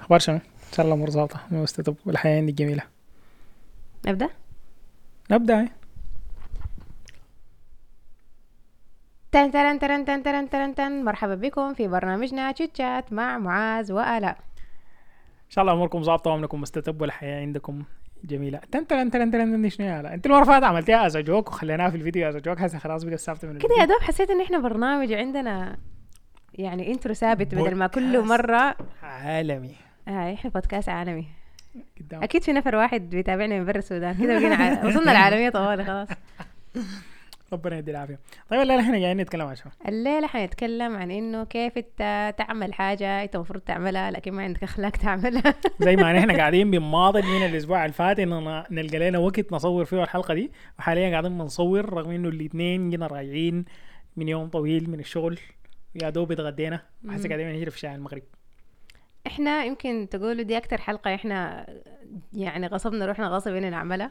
اخبار شنو؟ ان شاء الله امور ظابطه مستتب والحياه عندي جميله. نبدأ. نبدا. تن ترن ترن تن ترن ترن تن. مرحبا بكم في برنامجنا تشات مع معاذ وآلاء. ان شاء الله اموركم ظابطه وامنكم مستتب والحياه عندكم جميله. تن شنو يا لا؟ انت المره اللي فاتت عملتيها از جوك وخليناها في الفيديو از جوك، هسه خلاص بقى ثابته من كده يا الفيديو. دوب حسيت ان احنا برنامج عندنا يعني انترو ثابت بدل ما كل بودكاست مرة. عالمي احنا بودكاست عالمي. قدام. اكيد في نفر واحد بيتابعنا من برا السودان كده بقينا وصلنا العالمية طوالي خلاص. ربنا يدي العافيه. طيب الليله احنا جايين نتكلم عن شنو؟ الليلة حنتكلم عن انه كيف انت تعمل حاجة انت المفروض تعملها لكن ما عندك اخلاق تعملها. زي ما احنا قاعدين بنماضي من الاسبوع الفات اننا نلقى لنا وقت نصور فيه الحلقه دي، وحاليا قاعدين بنصور رغم انه الاثنين جينا راجعين من يوم طويل من الشغل، يا دوب اتغدينا وحسي قاعدين نجري في شارع المغرب. احنا يمكن تقولوا دي اكتر حلقة احنا يعني غصبنا روحنا غصب اننا نعملها،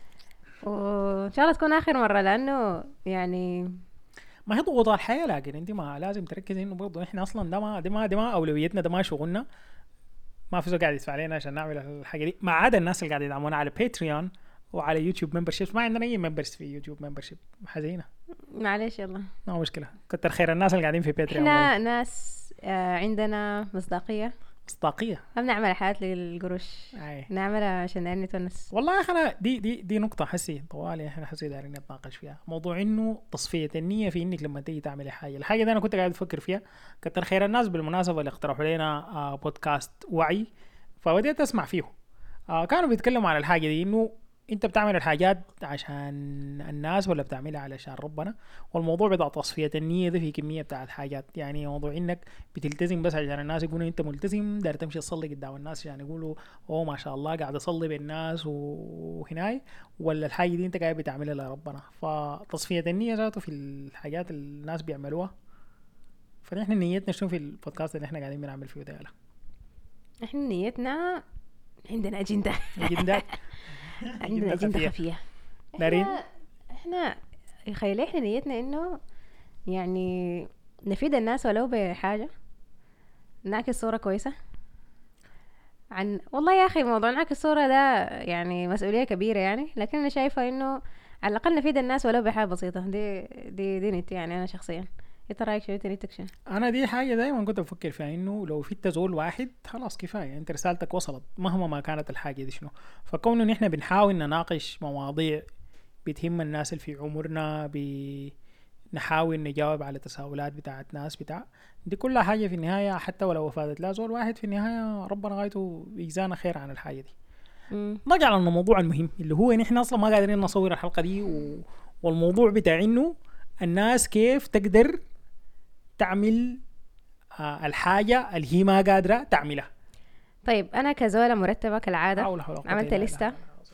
وان شاء الله تكون اخر مرة لانه يعني ما هي ضغوط الحياه، لكن انت ما لازم تركزي انه برضه احنا اصلا ده ما اولويتنا، ده ما شغلنا. ما في زول قاعد يدفع علينا عشان نعمل الحاجه دي، ما عدا الناس اللي قاعد يدعمونا على باتريون وعلى يوتيوب ممبرشيب. ما عندنا اي ممبرز في يوتيوب ممبرشيب، حزينه. معلش يلا. ما مشكله، كتر خير الناس اللي قاعدين في باتريون. احنا ناس عندنا مصداقية، مصداقيه. ما بنعمل حاجات للقروش، اي نعملها عشان نتونس. والله يا اخي دي نقطه حسي طوالي احنا حسي دايرين نتناقش فيها، موضوع انه تصفيه النيه في انك لما تيجي تعملي الحاجه دي. انا كنت قاعد افكر فيها. كتر خير الناس بالمناسبه اللي اقترحوا لنا بودكاست وعي، فبديت اسمع فيه. كانوا بيتكلموا عن الحاجه دي، انه انت بتعمل الحاجات عشان الناس ولا بتعملها علشان ربنا. والموضوع بتاع تصفيه النيه ده في كميه بتاعت حاجات، يعني موضوع انك بتلتزم بس عشان الناس يقولوا انت ملتزم، داير تمشي تصلي قدام الناس عشان يقولوا اوه ما شاء الله قاعد اصلي بالناس وهناي، ولا الحاجه دي انت قاعد بتعملها لربنا. فتصفيه النيه ذاته في الحاجات اللي الناس بيعملوها. فنحن نيتنا شنو في البودكاست اللي احنا قاعدين بنعمل فيه ده؟ احنا نيتنا عندنا اجندة. اجندات. عندنا اجندة خفية. دارين احنا خيالي احنا نيتنا انه يعني نفيد الناس ولو بحاجة، نعكس صورة كويسة عن والله يا اخي موضوع نعكس صورة ده يعني مسؤولية كبيرة يعني، لكن انا شايفة انه على الاقل نفيد الناس ولو بحاجة بسيطة. دي نيتي يعني انا شخصيا. انت رايك شو؟ انت نيتك شنو؟ انا دي حاجه دايما كنت بفكر فيها، انه لو في زول واحد خلاص كفايه، انت رسالتك وصلت مهما ما كانت الحاجه دي شنو. فكون ان احنا بنحاول نناقش مواضيع بتهم الناس اللي في عمرنا، نحاول نجاوب على تساؤلات بتاعت ناس دي كلها حاجه في النهايه، حتى ولو افادت لا زول واحد في النهايه ربنا غايته يجزانا خير عن الحاجه دي. نرجع على الموضوع المهم اللي هو ان احنا اصلا ما قادرين نصور الحلقه دي والموضوع بتاع انه الناس كيف تقدر تعمل الحاجة اللي هي ما قادرة تعملها. طيب أنا كزولة مرتبة كالعادة عملت لستة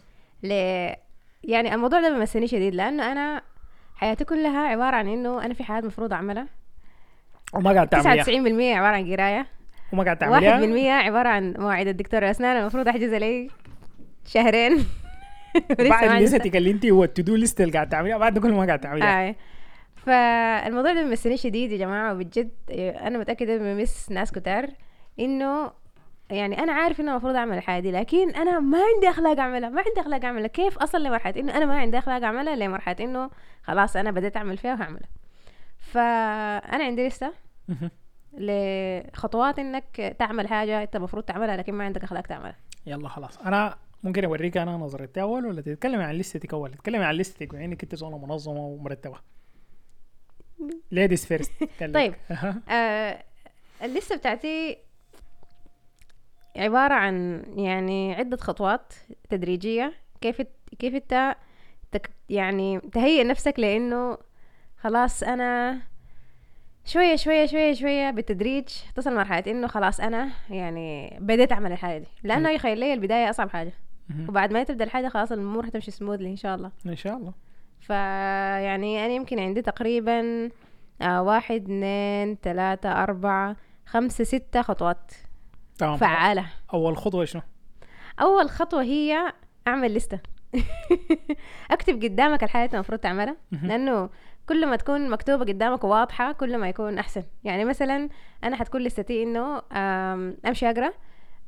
يعني الموضوع ده بمسني شديد، لأنه أنا حياتي كلها عبارة عن إنه أنا في حاجات مفروض أعملها وما قاعد تعملها. 99% عبارة عن قراية، وما قاعد تعملها. 1% عبارة عن مواعيد الدكتور أسنان المفروض أحجز لي شهرين. بعد لستك اللي انت هو التو دو ليست اللي قاعد تعملها، بعد كل ما قاعد تعملها. فالموضوع ده بيمسني شديد يا جماعة، وبجد أنا متأكدة بمس ناس كتار إنه يعني أنا عارف إنه المفروض أعمل الحاجة دي، لكن أنا ما عندي أخلاق أعملها. كيف أصل لمرحلة إنه أنا ما عندي أخلاق أعملها لمرحلة إنه خلاص أنا بديت أعمل فيها وهعملها. فأنا عندي لسه لخطوات إنك تعمل حاجة أنت المفروض تعملها لكن ما عندك أخلاق تعملها. يلا خلاص، أنا ممكن أوريك أنا نظرتي أول، ولا تتكلمي عن لستك أول؟ تتكلمي عن لستك وإنك أنت زوجة منظمة ومرتبة. ladies first. طيب اللسته بتاعتي عبارة عن يعني عدة خطوات تدريجية، كيف انت يعني تهيئ نفسك لانه خلاص انا شوية شوية شوية شوية بالتدريج تصل مرحلة انه خلاص انا يعني بديت اعمل الحاجة دي، لانه يخيل لي البداية اصعب حاجة، وبعد ما تبدأ الحاجة خلاص الامور هتمشي سموذلي ان شاء الله. ان شاء الله. فيعني انا يمكن عندي تقريبا 1 2 3 4 5 6 خطوات فعالة. أول خطوة شنو؟ أول خطوة هي أعمل لستة. أكتب قدامك الحاجة المفروض تعملها، لأنه كل ما تكون مكتوبة قدامك واضحة كل ما يكون أحسن. يعني مثلا أنا حتكون لستي إنه أمشي أقرأ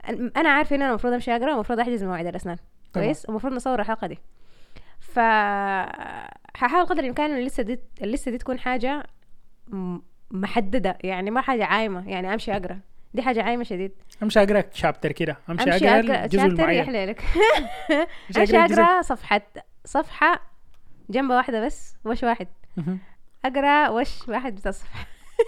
انا عارفه ان انا المفروض امشي اقرا ومفروض احجز مواعيد الاسنان كويس ومفروض نصور الحلقه دي. ف هحاول قدر الامكان ان اللسه دي تكون حاجه محدده، يعني ما حاجه عايمه، يعني امشي اقرا دي حاجه عايمه شديد. امشي اقرا شابتر كده، امشي اقرا الجزء المعين، يحلى لك. امشي اقرا صفحه جنب واحده بس، وش واحد اقرا وش واحد بتاع الصفحه.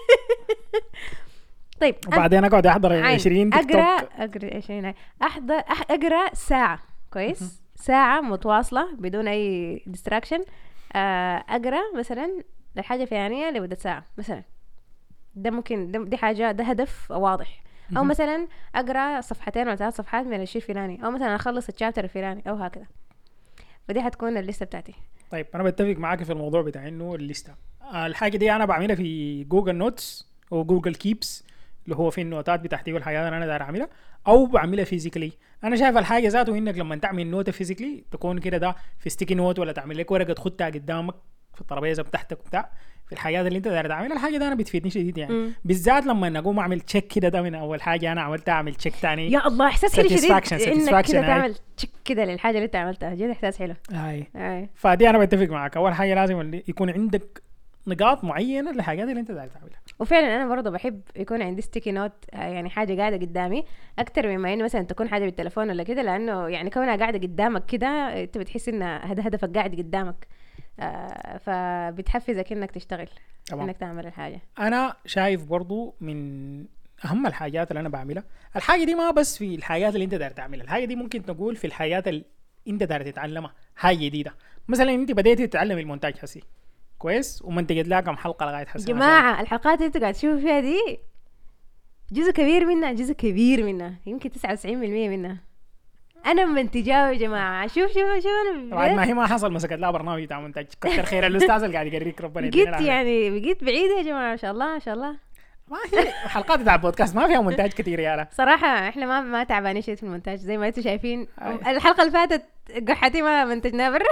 طيب وبعدين اقعد احضر 20 تيك توك. اقرا 20 اقرا ساعه كويس، ساعه متواصله بدون اي ديستراكشن. اقرا مثلا الحاجه الفلانيه لمده ساعه مثلا، ده ممكن دي حاجه، ده هدف واضح. او مثلا اقرا صفحتين ولا 3 صفحات من الشيء الفلاني، او مثلا اخلص الشابتر الفلاني، او هكذا. فدي حتكون الليسته بتاعتي. طيب انا بتفق معاك في الموضوع بتاع انه الليسته، الحاجه دي انا بعملها في جوجل نوتس او جوجل كيبس اللي هو في النوتات بتاعتي والحاجات اللي انا داير اعملها، او بعملها فيزيكالي. انا شايف الحاجه ذاته انك لما تعمل نوته فيزيكالي تكون كده ده في ستيكي نوت، ولا تعمل لك ورقه تخدها قدامك في الترابيزه بتاعتك بتاع في الحاجات اللي انت داير تعملها. الحاجه دي انا بتفيدني شديد يعني بالذات لما اقوم اعمل تشيك كده، ده من اول حاجه انا عملتها، اعمل تشيك ثاني. يا الله احساس حلو شديد انك كده تعمل تشيك كده للحاجه اللي انت عملتها، جد احساس حلو. اي فدي انا بتفق معك. اول حاجه لازم يكون عندك نقاط معينه للحاجات اللي انت داير تعملها. وفعلا انا برضه بحب يكون عندي ستيكي نوت، يعني حاجه قاعده قدامي اكتر مما انه مثلا تكون حاجه بالتليفون ولا كده، لانه يعني كونها قاعده قدامك كده انت بتحس ان هذا هدفك قاعد قدامك، فبتحفزك انك تشتغل طبعا. انك تعمل الحاجه. انا شايف برضو من اهم الحاجات اللي انا بعملها، الحاجه دي ما بس في الحاجات اللي انت داير تعملها، الحاجه دي ممكن تقول في الحاجات اللي انت داير تتعلمها حاجه جديده. مثلا انت بديت تتعلم المونتاج حسي كويس، ومنتجت لها كم حلقه لغايه حسي. جماعه الحلقات اللي انتوا قاعد تشوفوا فيها دي جزء كبير منها يمكن 99% منها انا منتجاه يا جماعه. شوف انا بعد ما هي ما حصل مسكت لها برنامج بتاع مونتاج، كتر خير الاستاذ اللي قاعد يقريك ربنا يدينا. بقيت بعيده يا جماعه، ما شاء الله ما شاء الله. ما هي حلقات بتاع بودكاست ما فيها مونتاج كتير يا لا صراحه احنا ما تعبانين شيء في المونتاج زي ما انتم شايفين. الحلقه اللي فاتت قحتي ما منتجناها برا.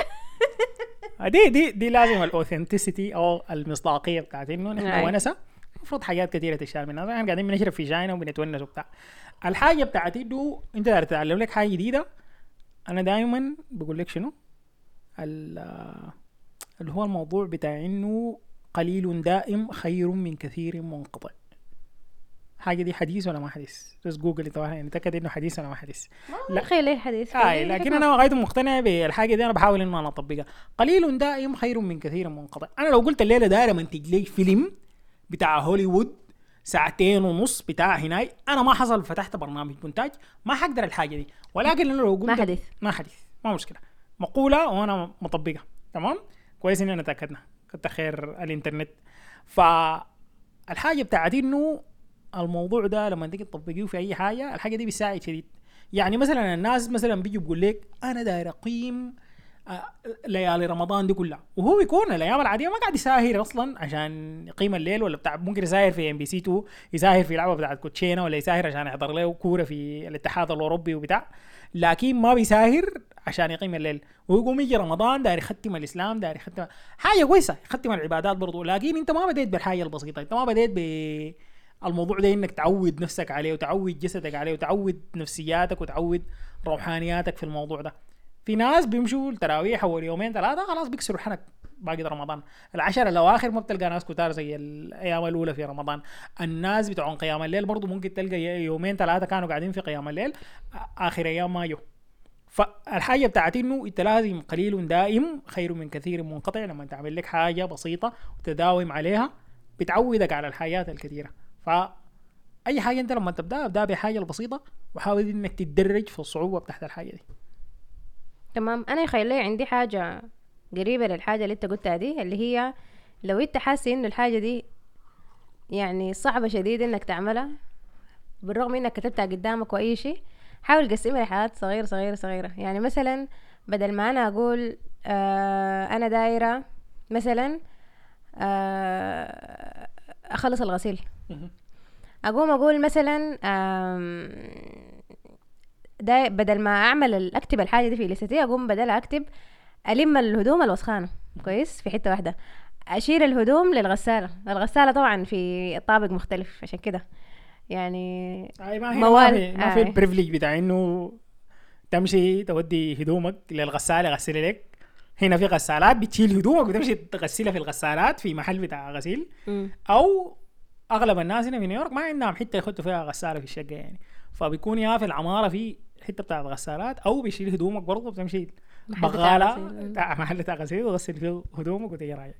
دي لازم الاوثنتسيتي او المصداقيه بتاعت انه نحن ونسه المفروض حاجات كثيره تشتغل منها. احنا قاعدين بنشرب في جاينا وبنتونس وبتاع. الحاجه بتاعتي انه انت داير تتعلم لك حاجه جديده، انا دائما بقول لك شنو اللي هو الموضوع بتاع انه قليل دائم خير من كثير منقطع. حاجه دي حديث ولا ما حديث؟ بس جوجل طبعا يعني تاكد انه حديث ولا ما حديث. لا خير حديث. لكن انا غاية مقتنع بالحاجه دي، انا بحاول انه انا اطبقها. قليل دائم خير من كثير منقطع. انا لو قلت الليله داير منتج لي فيلم بتاع هوليوود 2.5 ساعة بتاع هناي، انا ما حصل فتحت برنامج مونتاج ما حقدر الحاجه دي. ولكن انا لو قلت ما حديث ما مشكله، مقوله وانا مطبقها تمام كويس اننا تاكدنا كتر خير الانترنت. فالحاجه بتاعتي انه الموضوع ده لما تيجي تطبقيه في اي حاجه الحاجه دي بيساعد شديد. يعني مثلا الناس مثلا بيجوا بيقول لك انا داير اقيم ليالي رمضان دي كلها، وهو يكون الايام العاديه ما قاعد يساهر اصلا عشان يقيم الليل ولا بتاع. ممكن يساهر في MBC 2، يساهر في لعبه بتاعت كوتشينه، ولا يساهر عشان يحضر له كوره في الاتحاد الاوروبي وبتاع، لكن ما بيساهر عشان يقيم الليل. ويقوم يجي رمضان داير يختم الاسلام، داير يختم حاجه كويسه، يختم العبادات برضو. لكن انت ما بديت بالحاجه البسيطه، انت ما بديت الموضوع ده انك تعود نفسك عليه وتعود جسدك عليه وتعود نفسياتك وتعود روحانياتك في الموضوع ده. في ناس بيمشوا التراويح اول يومين 3 خلاص بيكسروا الحنك باقي رمضان. 10 الاواخر ما بتلقى ناس كتار زي الايام الاولى في رمضان. الناس بتوع قيام الليل برضو ممكن تلقى يومين 3 كانوا قاعدين في قيام الليل اخر ايام مايو. فالحاجه بتاعتي انه انت لازم قليل دائم خير من كثير منقطع. لما تعمل لك حاجه بسيطه وتداوم عليها بتعودك على الحاجات الكثيره. فأي حاجة أنت لما تبدأ ابدأ بحاجة البسيطة وحاول إنك تتدرج في الصعوبة تحت الحاجة دي. تمام. أنا يخيل لي عندي حاجة قريبة للحاجة اللي أنت قلتها دي، اللي هي لو أنت حاسس إنه الحاجة دي يعني صعبة شديد إنك تعملها بالرغم إنك كتبتها قدامك وأي شيء، حاول قسمها لحاجات صغيرة صغيرة صغيرة. يعني مثلا بدل ما أنا أقول أنا دايرة مثلا أخلص الغسيل، أقوم أقول مثلا ده بدل ما أعمل أكتب الحاجة دي في لستي، أقوم بدل أكتب ألم الهدوم الوسخانة كويس في حتة واحدة، أشيل الهدوم للغسالة. الغسالة طبعا في طابق مختلف عشان كده يعني ما في البريفليج بتاع انه تمشي تودي هدومك للغسالة غسل لك. هنا في غسالات بتشيل هدومك وتمشي تغسلها في الغسالات في محل بتاع غسيل. او اغلب الناس هنا في نيويورك ما عندهم حته يحطوا فيها غساله في الشقه يعني، فبيكون يا في العماره في حته بتاع غسالات او بيشيل هدومك برضه بتمشي بغاله محل بتاع غسيل وغسل فيه هدومك وتجي راجع.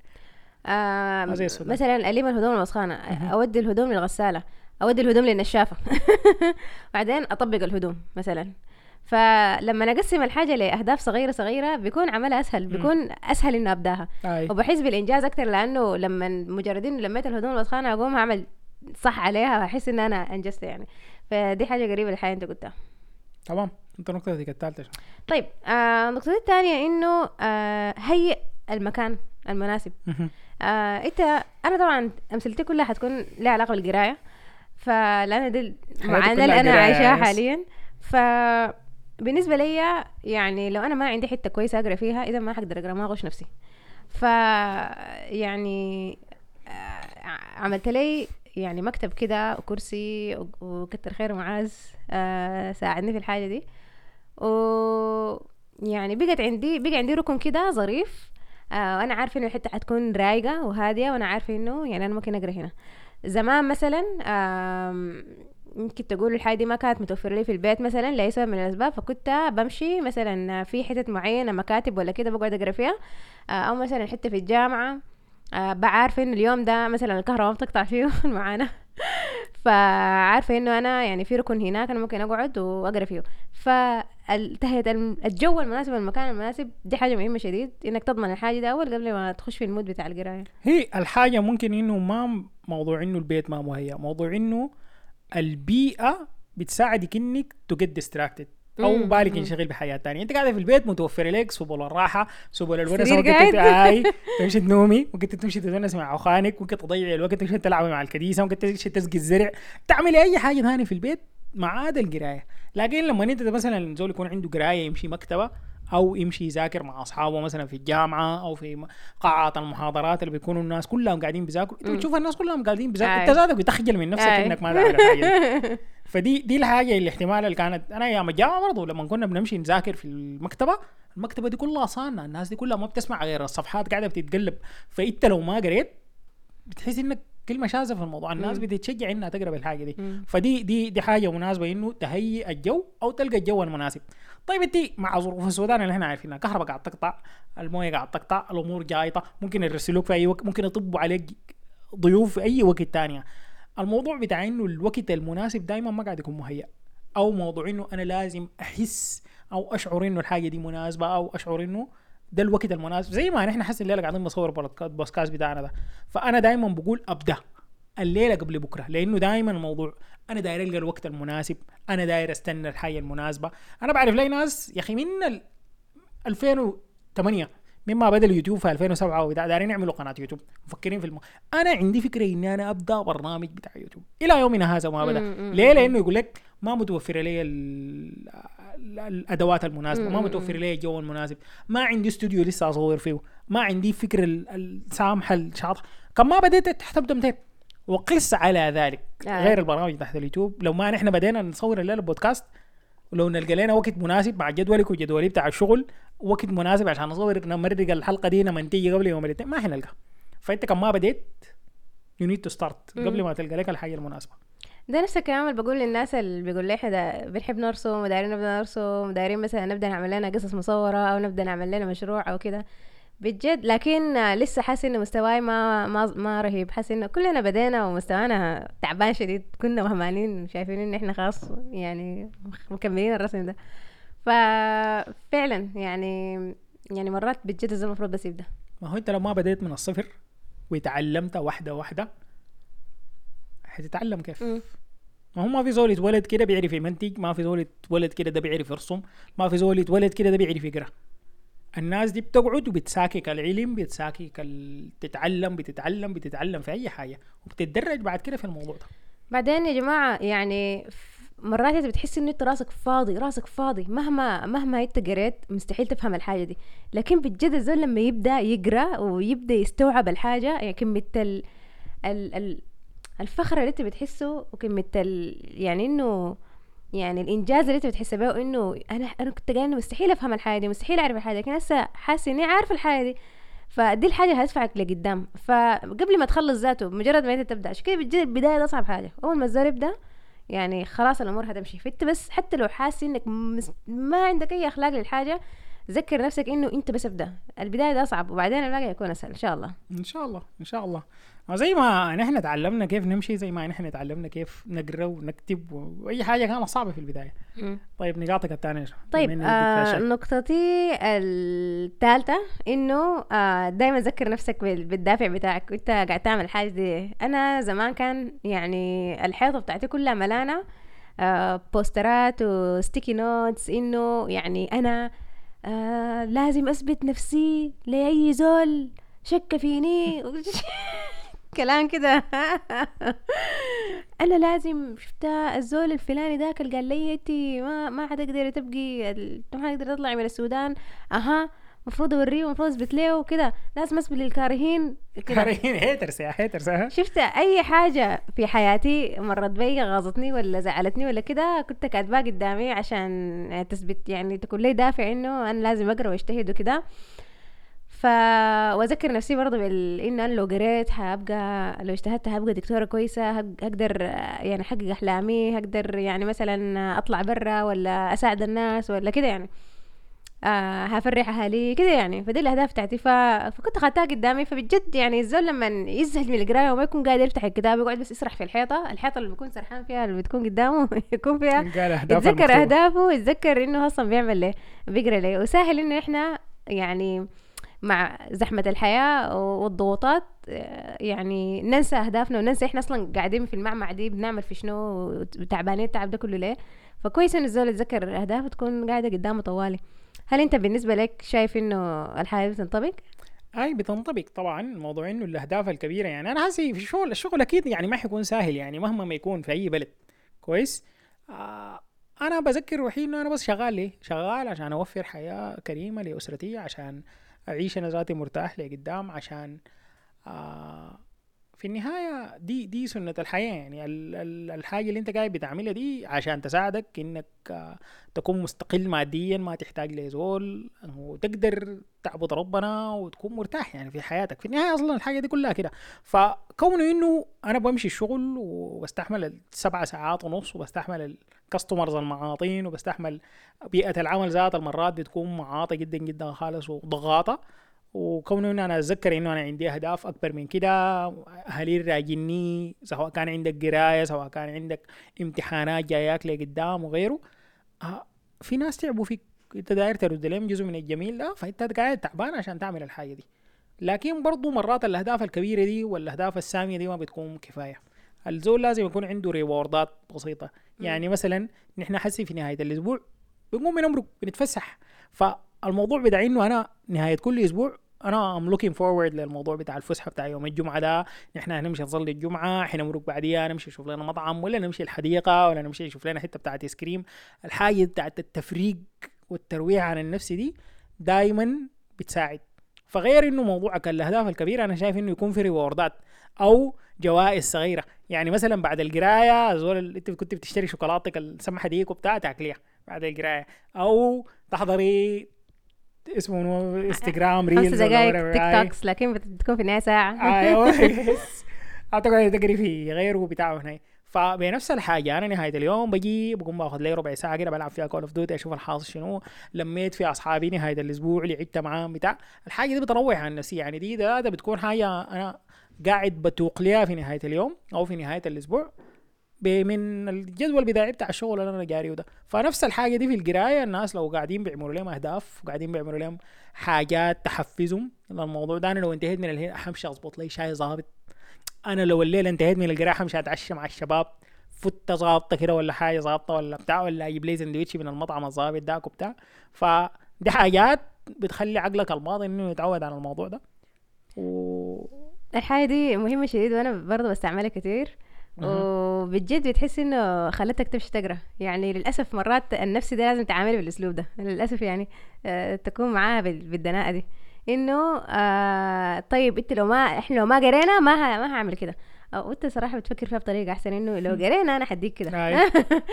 مثلا أليم الهدوم المسخانه، اودي الهدوم للغساله، اودي الهدوم للنشافه بعدين اطبق الهدوم مثلا. فلما نقسم الحاجه لاهداف صغيره صغيره بيكون عملها اسهل، بيكون اسهل انه ابداها وبحس بالانجاز اكتر، لانه لما مجردين لميت الهدوم المسخانه اقوم اعمل صح عليها واحس ان انا انجزت يعني. فدي حاجه قريبه للحاجه انت قلتها. تمام. انت نقطتك الثالثه. طيب نقطتي الثانيه انه هيئ المكان المناسب. انا طبعا امثلتي كلها حتكون لها علاقه بالقرايه، فلان دي المعاناه اللي انا عايشاها حاليا. فبالنسبه لي يعني لو انا ما عندي حته كويسه اقرا فيها اذا ما حقدر اقرا، ما اغش نفسي. ف يعني عملت لي يعني مكتب كده وكرسي وكتر خير معاذ ساعدني في الحاجه دي. ويعني بقى عندي ركن كده ظريف، وانا عارفه انه الحته حتكون رايقه وهاديه، وانا عارفه انه يعني انا ممكن اقرا هنا. زمان مثلا ممكن تقول الحاجه دي ما كانت متوفره لي في البيت مثلا لاي سبب من الاسباب، فكنت بمشي مثلا في حتت معينه مكاتب ولا كده بقعد اقرا فيها، او مثلا حته في الجامعه بعرف انه اليوم ده مثلا الكهرباء بتقطع فيه معانا فعارفه انه انا يعني في ركن هناك انا ممكن اقعد واقرا فيه. فتهيئه الجو المناسب والمكان المناسب دي حاجه مهمه شديد، انك تضمن الحاجه دي اول قبل ما تخش في المود بتاع القرايه. هي الحاجه ممكن انه ما موضوع انه البيت ما مهيأ، موضوع انه البيئه بتساعدك انك تجد ديستراكتد او بالك ينشغل بحياه تانية. انت قاعده في البيت متوفر لك سبل الراحه، سبل الونس، ممكن تمشي تنومي، ممكن تمشي تتونس مع اخوانك، ممكن تضيعي الوقت، ممكن تلعبي مع الكديسه، ممكن تمشي تسقي الزرع، تعملي اي حاجه ثانيه في البيت ما عدا القرايه. لكن لما انت مثلا زول يكون عنده قرايه يمشي مكتبه او يمشي يذاكر مع اصحابه مثلا في الجامعه او في قاعات المحاضرات اللي بيكونوا الناس كلهم قاعدين بيذاكروا، انت بتشوف الناس كلهم قاعدين بيذاكروا، انت ذاتك بتخجل من نفسك انك ما تعرف حاجه. فدي الحاجه اللي احتمال اللي كانت انا ايام الجامعه برضه لما كنا بنمشي نذاكر في المكتبه دي كلها صانه، الناس دي كلها ما بتسمع غير الصفحات قاعده بتتقلب، فانت لو ما قريت بتحس انك كلمه شاذه في الموضوع، الناس بتتشجع انها تقرا بالحاجه دي. فدي دي حاجه مناسبه انه تهيئ الجو او تلقى الجو المناسب. طيب انت مع ظروف السودان اللي احنا عارفينها، الكهرباء قاعد تقطع، المويه قاعد تقطع، الامور جايطه، ممكن يرسلوك في اي وقت، ممكن يطبوا عليك ضيوف في اي وقت تانية. الموضوع بتاع انه الوقت المناسب دائما ما قاعد يكون مهيأ، او موضوع انه انا لازم احس او اشعر انه الحاجه دي مناسبه او اشعر انه ده الوقت المناسب. زي ما نحن حاسين الليله قاعدين نصور بودكاست بتاعنا ده، فانا دائما بقول ابدا الليله قبل بكره، لانه دائما الموضوع انا داير القى الوقت المناسب، انا داير استنى الحاجه المناسبه. انا بعرف لي ناس يا اخي من 2008 مما بدا اليوتيوب في 2007 ودايرين يعملوا قناه يوتيوب مفكرين في انا عندي فكره اني انا ابدا برنامج بتاع يوتيوب، الى يومنا هذا ما بدا. ليه؟ لانه يقول لك ما متوفر لي الادوات المناسبه، ما متوفر لي الجو المناسب، ما عندي استوديو لسه اصور فيه، ما عندي فكر السامحه الشاطئ، كم ما بديت تحت تبدا وقس على ذلك. غير البرامج تحت اليوتيوب، لو ما نحن بدينا نصور الليله بودكاست ولو نلقى لنا وقت مناسب مع جدولك وجدولي بتاع الشغل، وقت مناسب عشان نصور نمرق الحلقه دي نمنتج قبل يوم الاثنين ما حنلقى. فانت كم ما بديت you need to start قبل ما تلقى لك الحاجه المناسبه. ده نفس الكلام اللي بقول للناس اللي بيقول لي احنا بنحب نرسم ودايرين نبدا نرسم ودايرين مثلا نبدا نعمل لنا قصص مصوره او نبدا نعمل لنا مشروع او كده بجد، لكن لسه حاسه انه مستواي ما رهيب، حاسه انه كلنا بدينا ومستوانا تعبان شديد، كنا مهمانين شايفين ان احنا خلاص يعني مكملين الرسم ده. ففعلا يعني مرات بجد زي المفروض بس يبدا. ما هو انت لو ما بديت من الصفر وتعلمت واحده واحده حتتعلم كيف. ما هو ما في زول يتولد كده بيعرف يمنتج، ما في زول يتولد كده ده بيعرف يرسم، ما في زول يتولد كده ده بيعرف يقرا. الناس دي بتقعد وبتساكك العلم، بتساكك بتتعلم في اي حاجه وبتتدرج بعد كده في الموضوع ده. بعدين يا جماعه يعني مرات انت بتحس ان انت راسك فاضي مهما انت قريت مستحيل تفهم الحاجه دي، لكن بجد الزول لما يبدا يقرا ويبدا يستوعب الحاجه يعني كميه الفخر اللي انت بتحسه وكلمة يعني انه يعني الانجاز اللي انت بتحس به انه انا كنت قايل انه مستحيل افهم الحاجه دي، مستحيل اعرف الحاجه دي، لكن هسه حاسه اني عارف الحاجه دي، فدي الحاجه هتدفعك لقدام. فقبل ما تخلص ذاته مجرد ما انت تبدا، عشان كده بتجي البدايه ده اصعب حاجه. اول ما الزول يبدا يعني خلاص الامور هتمشي. فانت بس حتى لو حاسس انك ما عندك اي اخلاق للحاجه، ذكر نفسك انه انت بس ابدا. البدايه ده اصعب وبعدين الباقي يكون اسهل ان شاء الله. ان شاء الله ان شاء الله. زي ما نحن تعلمنا كيف نمشي، زي ما نحن تعلمنا كيف نقرا ونكتب، واي حاجه كانت صعبه في البدايه. طيب نقاطك الثانيه. طيب نقطتي الثالثه انه دايما ذكر نفسك بالدافع بتاعك وانت قاعد تعمل الحاجه دي. انا زمان كان يعني الحيطه بتاعتي كلها ملانه بوسترات وستيكي نوتس انه يعني انا لازم اثبت نفسي لاي زول شك فيني كلام كده انا لازم شفت الزول الفلاني ذاك اللي قال لي انتي ما حتقدري تبقي، ما حتقدري تطلعي من السودان، مفروض اوريه ومفروض اثبت له وكده، لازم اثبت للكارهين كده. كارهين هيترس يا هيترس. شفت اي حاجه في حياتي مرت بي غاظتني ولا زعلتني ولا كده كنت كاتباها قدامي عشان تثبت، يعني تكون لي دافع انه انا لازم اقرا واجتهد وكده. واذكر نفسي برضه ان انا لو قريت هبقى، لو اجتهدت هبقى دكتوره كويسه، هقدر يعني احقق احلامي، هقدر يعني مثلا اطلع برا ولا اساعد الناس ولا كده يعني، هفرح اهالي كده يعني. فدي الاهداف بتاعتي. فكنت خدتها قدامي. فبجد يعني الزول لما يزهد من القرايه وما يكون قادر يفتح الكتاب يقعد بس يسرح في الحيطه اللي بيكون سرحان فيها اللي بتكون قدامه يكون فيها يتذكر اهدافه، يتذكر انه اصلا بيعمل ليه، بيقرا ليه. وسهل انه احنا يعني مع زحمة الحياة والضغوطات يعني ننسى أهدافنا وننسى إحنا أصلا قاعدين في المعمعة دي بنعمل في شنو وتعبانين التعب ده كله ليه. فكويس إن الزول يتذكر أهدافه تكون قاعدة قدامه طوالي. هل أنت بالنسبة لك شايف إنه الحياة بتنطبق؟ اي بتنطبق طبعا. موضوع انه الاهداف الكبيره يعني انا حاسس في الشغل اكيد يعني ما حيكون سهل يعني مهما ما يكون في اي بلد كويس. انا بذكر وحيد انه انا بس شغال عشان اوفر حياه كريمه لاسرتي، عشان اعيش انا ذاتي مرتاح لقدام، عشان في النهايه دي سنه الحياه يعني. الحاجه اللي انت قاعد بتعملها دي عشان تساعدك انك تكون مستقل ماديا، ما تحتاج لزول، وتقدر تعبد ربنا وتكون مرتاح يعني في حياتك. في النهايه اصلا الحاجه دي كلها كده. فكونه انه انا بمشي الشغل وبستحمل 7 ساعات ونص وبستحمل الكاستمرز المعاطين وبستحمل بيئه العمل ذات المرات بتكون معاطه جدا جدا خالص وضغاطه، وكونه انه انا اتذكر انه انا عندي اهداف اكبر من كده، اهلي راجني، سواء كان عندك قرايه، سواء كان عندك امتحانات جاياك لقدام وغيره. في ناس تعبوا فيك، انت داير ترد لهم جزء من الجميل ده، فانت قاعد تعبان عشان تعمل الحاجه دي. لكن برضو مرات الاهداف الكبيره دي والاهداف الساميه دي ما بتكون كفايه. الزول لازم يكون عنده ريواردات بسيطه. يعني مثلا نحن حسي في نهايه الاسبوع بنقوم بنمرق بنتفسح. فالموضوع بتاع انه انا نهايه كل اسبوع انا ام لوكينج فورورد للموضوع بتاع الفسحه بتاع يوم الجمعه ده. نحن هنمشي نصلي الجمعه، حنمرق بعديها نمشي نشوف لنا مطعم، ولا نمشي الحديقه، ولا نمشي نشوف لنا حته بتاعت ايس كريم. الحاجه بتاعت التفريق والترويح عن النفس دي دائما بتساعد. فغير انه موضوعك الاهداف الكبيره، انا شايف انه يكون في ريوردات او جوائز صغيره. يعني مثلا بعد القرايه زول انت كنت بتشتري شوكولاتك السمحه ديك وبتاع تاكليها بعد القرايه، او تحضري اسمه انستغرام ريلز 5 دقائق تيك توكس لكن بتكون في النهايه ساعه. ايوه اعتقد تقري في غيره بتاعه هنا. فبنفس الحاجه انا نهايه اليوم بقوم باخذ لي ربع ساعه كده بلعب فيها كول اوف ديوتي، اشوف الحاصل شنو، لميت في اصحابي نهايه الاسبوع لعبت معاهم بتاع. الحاجه دي بتروح عن نفسي يعني. ده بتكون حاجه انا قاعد بتوق ليها في نهايه اليوم او في نهايه الاسبوع من الجدول بتاعي بتاع الشغل اللي انا جاريه ده. فنفس الحاجه دي في القرايه. الناس لو قاعدين بيعملوا لهم اهداف وقاعدين بيعملوا لهم حاجات تحفزهم للموضوع ده. انا لو انتهيت من الهنا حمشي اظبط لي شاي ظابط. انا لو الليله انتهيت من القرايه حمشي اتعشى مع الشباب فته ظابطه كده ولا حاجه ظابطه ولا بتاع، ولا اجيب لي سندويتش من المطعم الظابط داك وبتاع. فدي حاجات بتخلي عقلك الماضي انه يتعود على الموضوع ده. الحاجه دي مهمه شديد وانا برضه بستعملها كتير. وبجد بتحس انه خلتك تمشي تقرا. يعني للاسف مرات النفس ده لازم تعامل بالاسلوب ده للاسف يعني. تكون معاها بالدناءه دي انه طيب انت احنا لو ما قرينا ما هعمل كده، او انت صراحه بتفكر فيها بطريقه احسن، انه لو قرينا انا حديك كده. أيوة.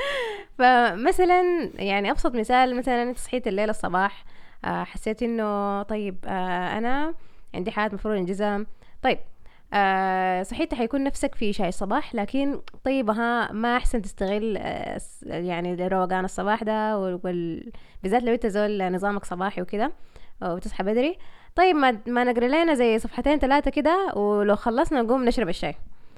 فمثلا يعني ابسط مثال، مثلا انت صحيت الليله الصباح، حسيت انه طيب انا عندي حاجات مفروض انجزها. طيب صحيت حيكون نفسك في شاي الصباح، لكن طيب ما احسن تستغل يعني روقان الصباح ده بالذات لو انت زول نظامك صباحي وكده وتصحى بدري. طيب ما نقرا لنا زي صفحتين 3 كده، ولو خلصنا نقوم نشرب الشاي.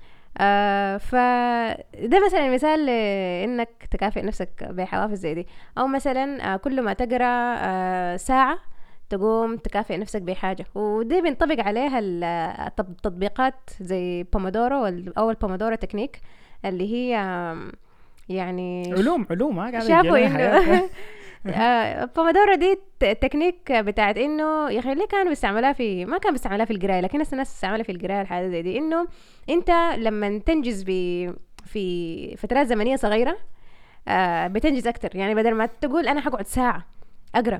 فده مثلا مثال انك تكافئ نفسك بحوافز زي دي. او مثلا كل ما تقرا ساعة تقوم تكافئ نفسك بحاجة، ودي بينطبق عليها التطبيقات زي بومودورو او البومودورو تكنيك، اللي هي يعني علوم ما قاعد شافوا انه بومودورو دي تكنيك بتاعت انه يا اخي ليه كانوا بيستعملها ما كانوا بيستعملها في القرايه، لكن الناس بتستعملها في القرايه الحاجه زي دي. انه انت لما تنجز في فترات زمنيه صغيره بتنجز اكتر. يعني بدل ما تقول انا حقعد ساعه اقرا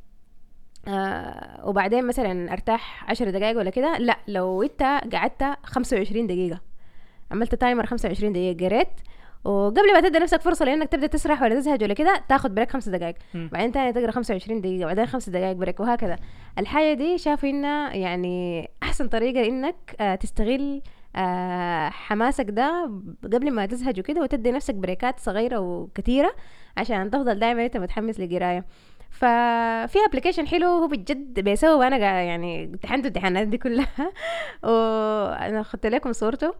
وبعدين مثلا ارتاح 10 دقائق ولا كده، لا، لو انت قعدت 25 دقيقه، عملت تايمر 25 دقيقه قريت، وقبل ما تدي نفسك فرصه لانك تبدا تسرح ولا تزهج ولا كده، تاخد بريك 5 دقائق، بعدين تاني تقرا 25 دقيقه، بعدين 5 دقائق بريك، وهكذا. الحاجه دي شافوا انها يعني احسن طريقه انك تستغل حماسك ده قبل ما تزهج وكده، وتدي نفسك بريكات صغيره وكثيره عشان تفضل دائما انت متحمس للقرايه. ففي ابلكيشن حلو هو بجد بيسوي، وانا يعني امتحنت الامتحانات دي كلها وانا اخذت لكم صورته.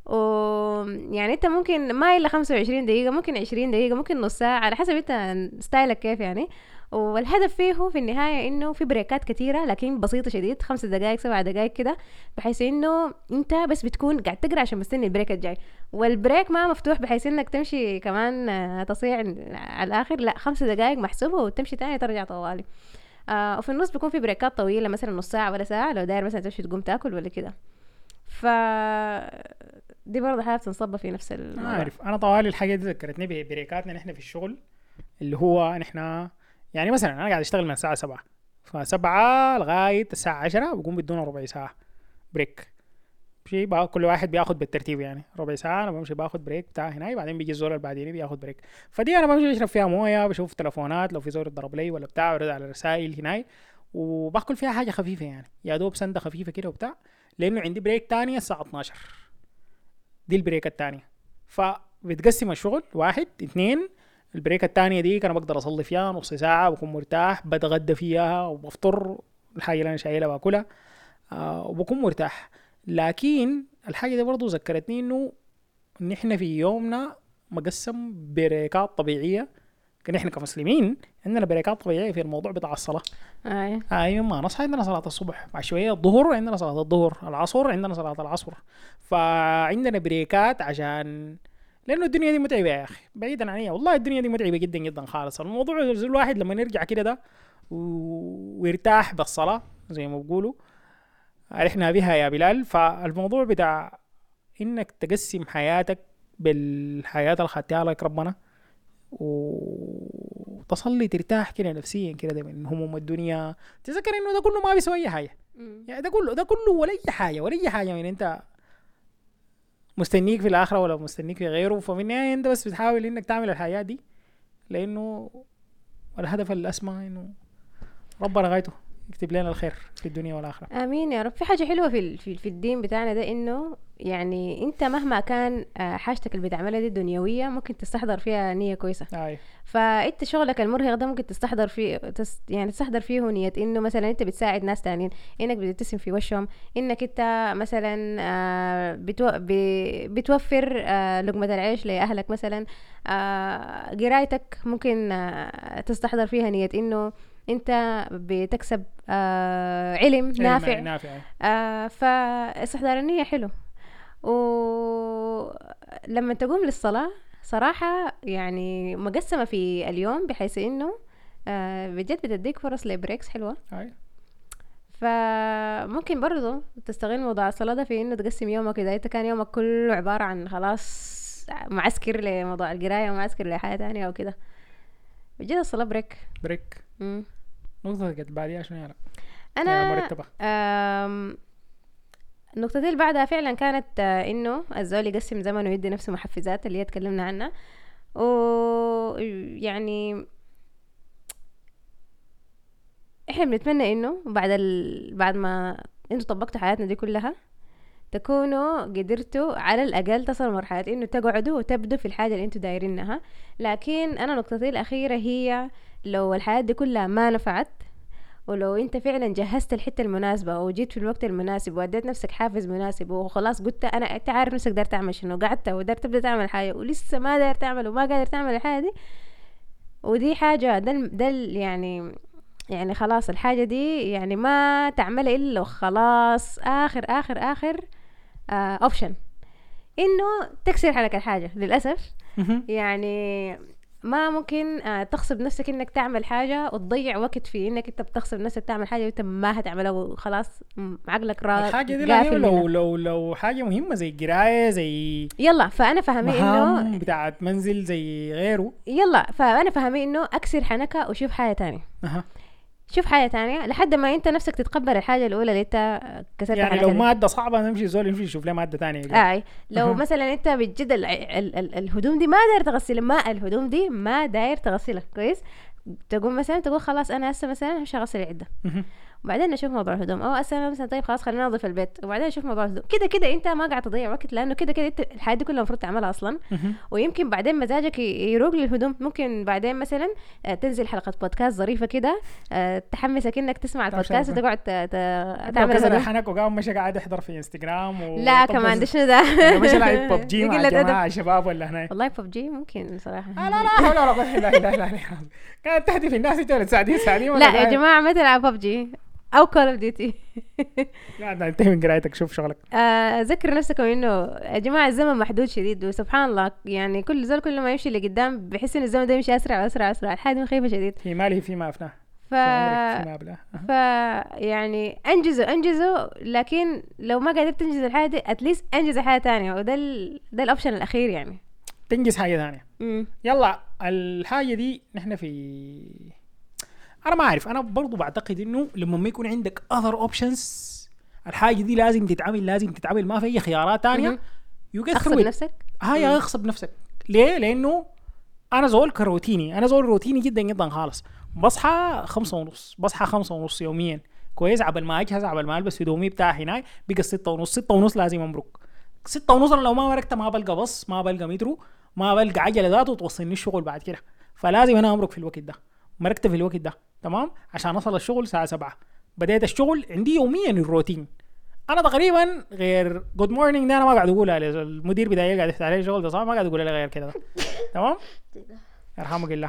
يعني انت ممكن ما الا 25 دقيقة، ممكن 20 دقيقة، ممكن نص ساعة، على حسب انت ستايلك كيف يعني. والهدف فيه هو في النهاية انه في بريكات كتيرة لكن بسيطة شديد، 5 دقائق 7 دقائق كده، بحيث انه انت بس بتكون قاعد تقرا عشان مستني البريك الجاي. والبريك ما مفتوح بحيث انك تمشي كمان تصيع على الاخر، لا، 5 دقائق محسوبة وتمشي تاني ترجع طوالي. وفي النص بيكون في بريكات طويلة مثلا نص ساعة ولا ساعة، لو داير مثلا تمشي تقوم تاكل ولا كده. ف دي برضه حاجة بتنصب في نفس الموضوع. عارف انا طوالي الحاجه دي ذكرتني ببريكاتنا نحن في الشغل، اللي هو نحن يعني مثلا انا قاعد اشتغل من الساعه 7، ف7 لغايه الساعه 10 بقوم بدون ربع ساعه بريك. بشي بقى كل واحد بياخد بالترتيب، يعني ربع ساعه انا بمشي باخد بريك بتاع هنا، بعدين بيجي الزول اللي بعديني بياخد بريك. فدي انا بمشي بشرب فيها مويه، بشوف تلفونات لو في زول ضرب لي ولا بتاع، برد على رسائل هناي، وباكل فيها حاجه خفيفه يعني يا دوب سنده خفيفه كده وبتاع، لانه عندي بريك تانية الساعه 12، دي البريك التانية. فبتقسم الشغل 1 2. البريك التانية دي انا بقدر اصلي فيها نص ساعة، بكون مرتاح، بتغدى فيها وبفطر الحاجة اللي انا شايلها باكلها وبكون مرتاح. لكن الحاجة دي برضو ذكرتني انه نحن في يومنا مقسم بريكات طبيعية، نحن كمسلمين عندنا بريكات طبيعية في الموضوع بتاع الصلاة. ايوه ما نصحى عندنا صلاة الصبح، مع شوية الظهر عندنا صلاة الظهر، العصر عندنا صلاة العصر. فعندنا بريكات عشان لانه الدنيا دي متعبة يا اخي، بعيدا عن والله الدنيا دي متعبة جدا جدا خالص. الموضوع الواحد لما يرجع كده ده ويرتاح بالصلاة زي ما بقولوا عرفنا بها يا بلال. فالموضوع بتاع انك تقسم حياتك بالحياة اللي خدتها لك ربنا، وتصلي ترتاح كده نفسيا كده من هموم الدنيا، تذكر انه ده كله ما بيسوي اي حاجه. يعني ده كله ولا اي حاجه ولا اي حاجه من انت مستنيك في الاخره ولا مستنيك في غيره. ففي النهايه انت بس بتحاول انك تعمل الحياه دي، لانه الهدف الاسمى انه ربنا غايته يكتب لنا الخير في الدنيا والاخره. امين يا رب. في حاجه حلوه في الدين بتاعنا ده، انه يعني انت مهما كان حاجتك اللي بتعملها دي دنيويه، ممكن تستحضر فيها نيه كويسه. فانت شغلك المرهق ده ممكن تستحضر فيه يعني تستحضر فيه نيه انه مثلا انت بتساعد ناس تانيين، انك بتبتسم في وشهم، انك انت مثلا بتوفر لقمه العيش لاهلك مثلا. قرايتك ممكن تستحضر فيها نيه انه انت بتكسب علم نافع. فاستحضار النية حلو. ولما تقوم للصلاة صراحة يعني مقسمة في اليوم، بحيث انه بجد بتديك فرص لبريكس حلوة. فممكن برضو تستغل موضوع الصلاة ده في انه تقسم يومك. اذا انت كان يومك كله عبارة عن خلاص معسكر لموضوع القراية ومعسكر لحاجة تانية او كده، بجد الصلاة بريك. نقطة قد بعديها شنو يعني؟ انا مرتبة. النقطة اللي بعدها فعلا كانت انه الزول يقسم زمنه ويدي نفسه محفزات اللي هي تكلمنا عنها. ويعني احنا بنتمنى انه بعد ما انتوا طبقتوا حياتنا دي كلها تكونوا قدرتوا على الأقل تصلوا مرحلة إنه تقعدوا وتبدوا في الحاجة اللي انتوا دايرينها. لكن أنا نقطتي الأخيرة هي لو الحياة دي كلها ما نفعت، ولو انت فعلا جهزت الحتة المناسبة وجيت في الوقت المناسب واديت نفسك حافز مناسب وخلاص قلت أنا انت عارف نفسك داير تعمل شنو، قعدت وداير تبدأ تعمل حاجة ولسه ما داير تعمل وما قادر تعمل الحاجة دي، ودي حاجة يعني خلاص الحاجة دي يعني ما تعملها إلا خلاص آخر اوبشن انه تكسر حالك الحاجة للأسف. يعني ما ممكن تغصب نفسك انك تعمل حاجة وتضيع وقت في انك انت بتغصب نفسك تعمل حاجة وانت ما هتعملها وخلاص عقلك الحاجة دي لو حاجة مهمة زي القراية زي يلا فأنا فهمي انه بتاعت منزل زي غيره، يلا فأنا فهمي انه اكسر حنكة وشوف حاجة تانية. شوف حاجة تانية لحد ما انت نفسك تتقبل الحاجة الأولى اللي انت كسرتها. يعني لو مادة صعبة نمشي زول يمشي يشوف لها مادة تانية. لو مثلا انت بجد الهدوم دي ما داير تغسلها، الهدوم دي ما داير تغسلها كويس، تقول خلاص انا هسه مثلا همشي اغسل العدة وبعدين نشوف موضوع الهدوم، او انا مثلا طيب خلاص خلينا ننظف البيت وبعدين نشوف موضوع الهدوم. كده انت ما قاعد تضيع وقت، لانه كده انت الحاجه دي كلها المفروض تعملها اصلا. ويمكن بعدين مزاجك يروق للهدوم، ممكن بعدين مثلا تنزل حلقه بودكاست ظريفه كده تحمسك انك تسمع البودكاست وتقعد تعمل كذا حنك وقام مشى قاعد يحضر في انستغرام لا كمان ده شنو ده مشى لعب ببجي مع جماعه شباب ولا هناك. والله ببجي ممكن صراحه لا حول ولا قوه الا بالله. كانت تهدف الناس انت تساعدين لا يا جماعه ما تلعب ببجي او كول اوف ديوتي. قاعد انتهي من قرايتك شوف شغلك. ذكر نفسكم انه يا جماعه الزمن محدود شديد، وسبحان الله يعني كل زول كل ما يمشي لقدام بحس ان الزمن ده يمشي اسرع واسرع واسرع. الحاجه مخيفه شديد. في ماله فيما افناه يعني انجزوا لكن لو ما قدرت تنجز الحاجه دي اتليست انجز حاجه تانية، وده ده الاوبشن الاخير يعني تنجز حاجه ثانيه. يلا الحاجه دي نحن في انا ما اعرف، انا برضو بعتقد انه لما ما يكون عندك other options الحاجه دي لازم تتعمل ما في اي خيارات تانية. اغصب نفسك اغصب نفسك ليه؟ لانه انا زول كروتيني، انا زول روتيني جدا جدا خالص. بصحى 5:30 يوميا كويس، عبل ما اجهز عبل ما البس هدومي بتاع هناك بقى 6:30 لازم امرق 6:30. لو ما مرقت ما بلقى باص، ما بلقى مترو، ما بلقى عجله ذاته توصلني الشغل بعد كده، فلازم انا امرق في الوقت ده. مركت في الوقت ده تمام عشان اصل الشغل الساعه 7. بديت الشغل عندي يوميا الروتين. انا تقريبا غير جود مورنينج ده انا ما قاعد اقولها المدير بتاعي قاعد يفتح عليه شغل ده صح، ما قاعد اقول له غير كده تمام يرحمك الله.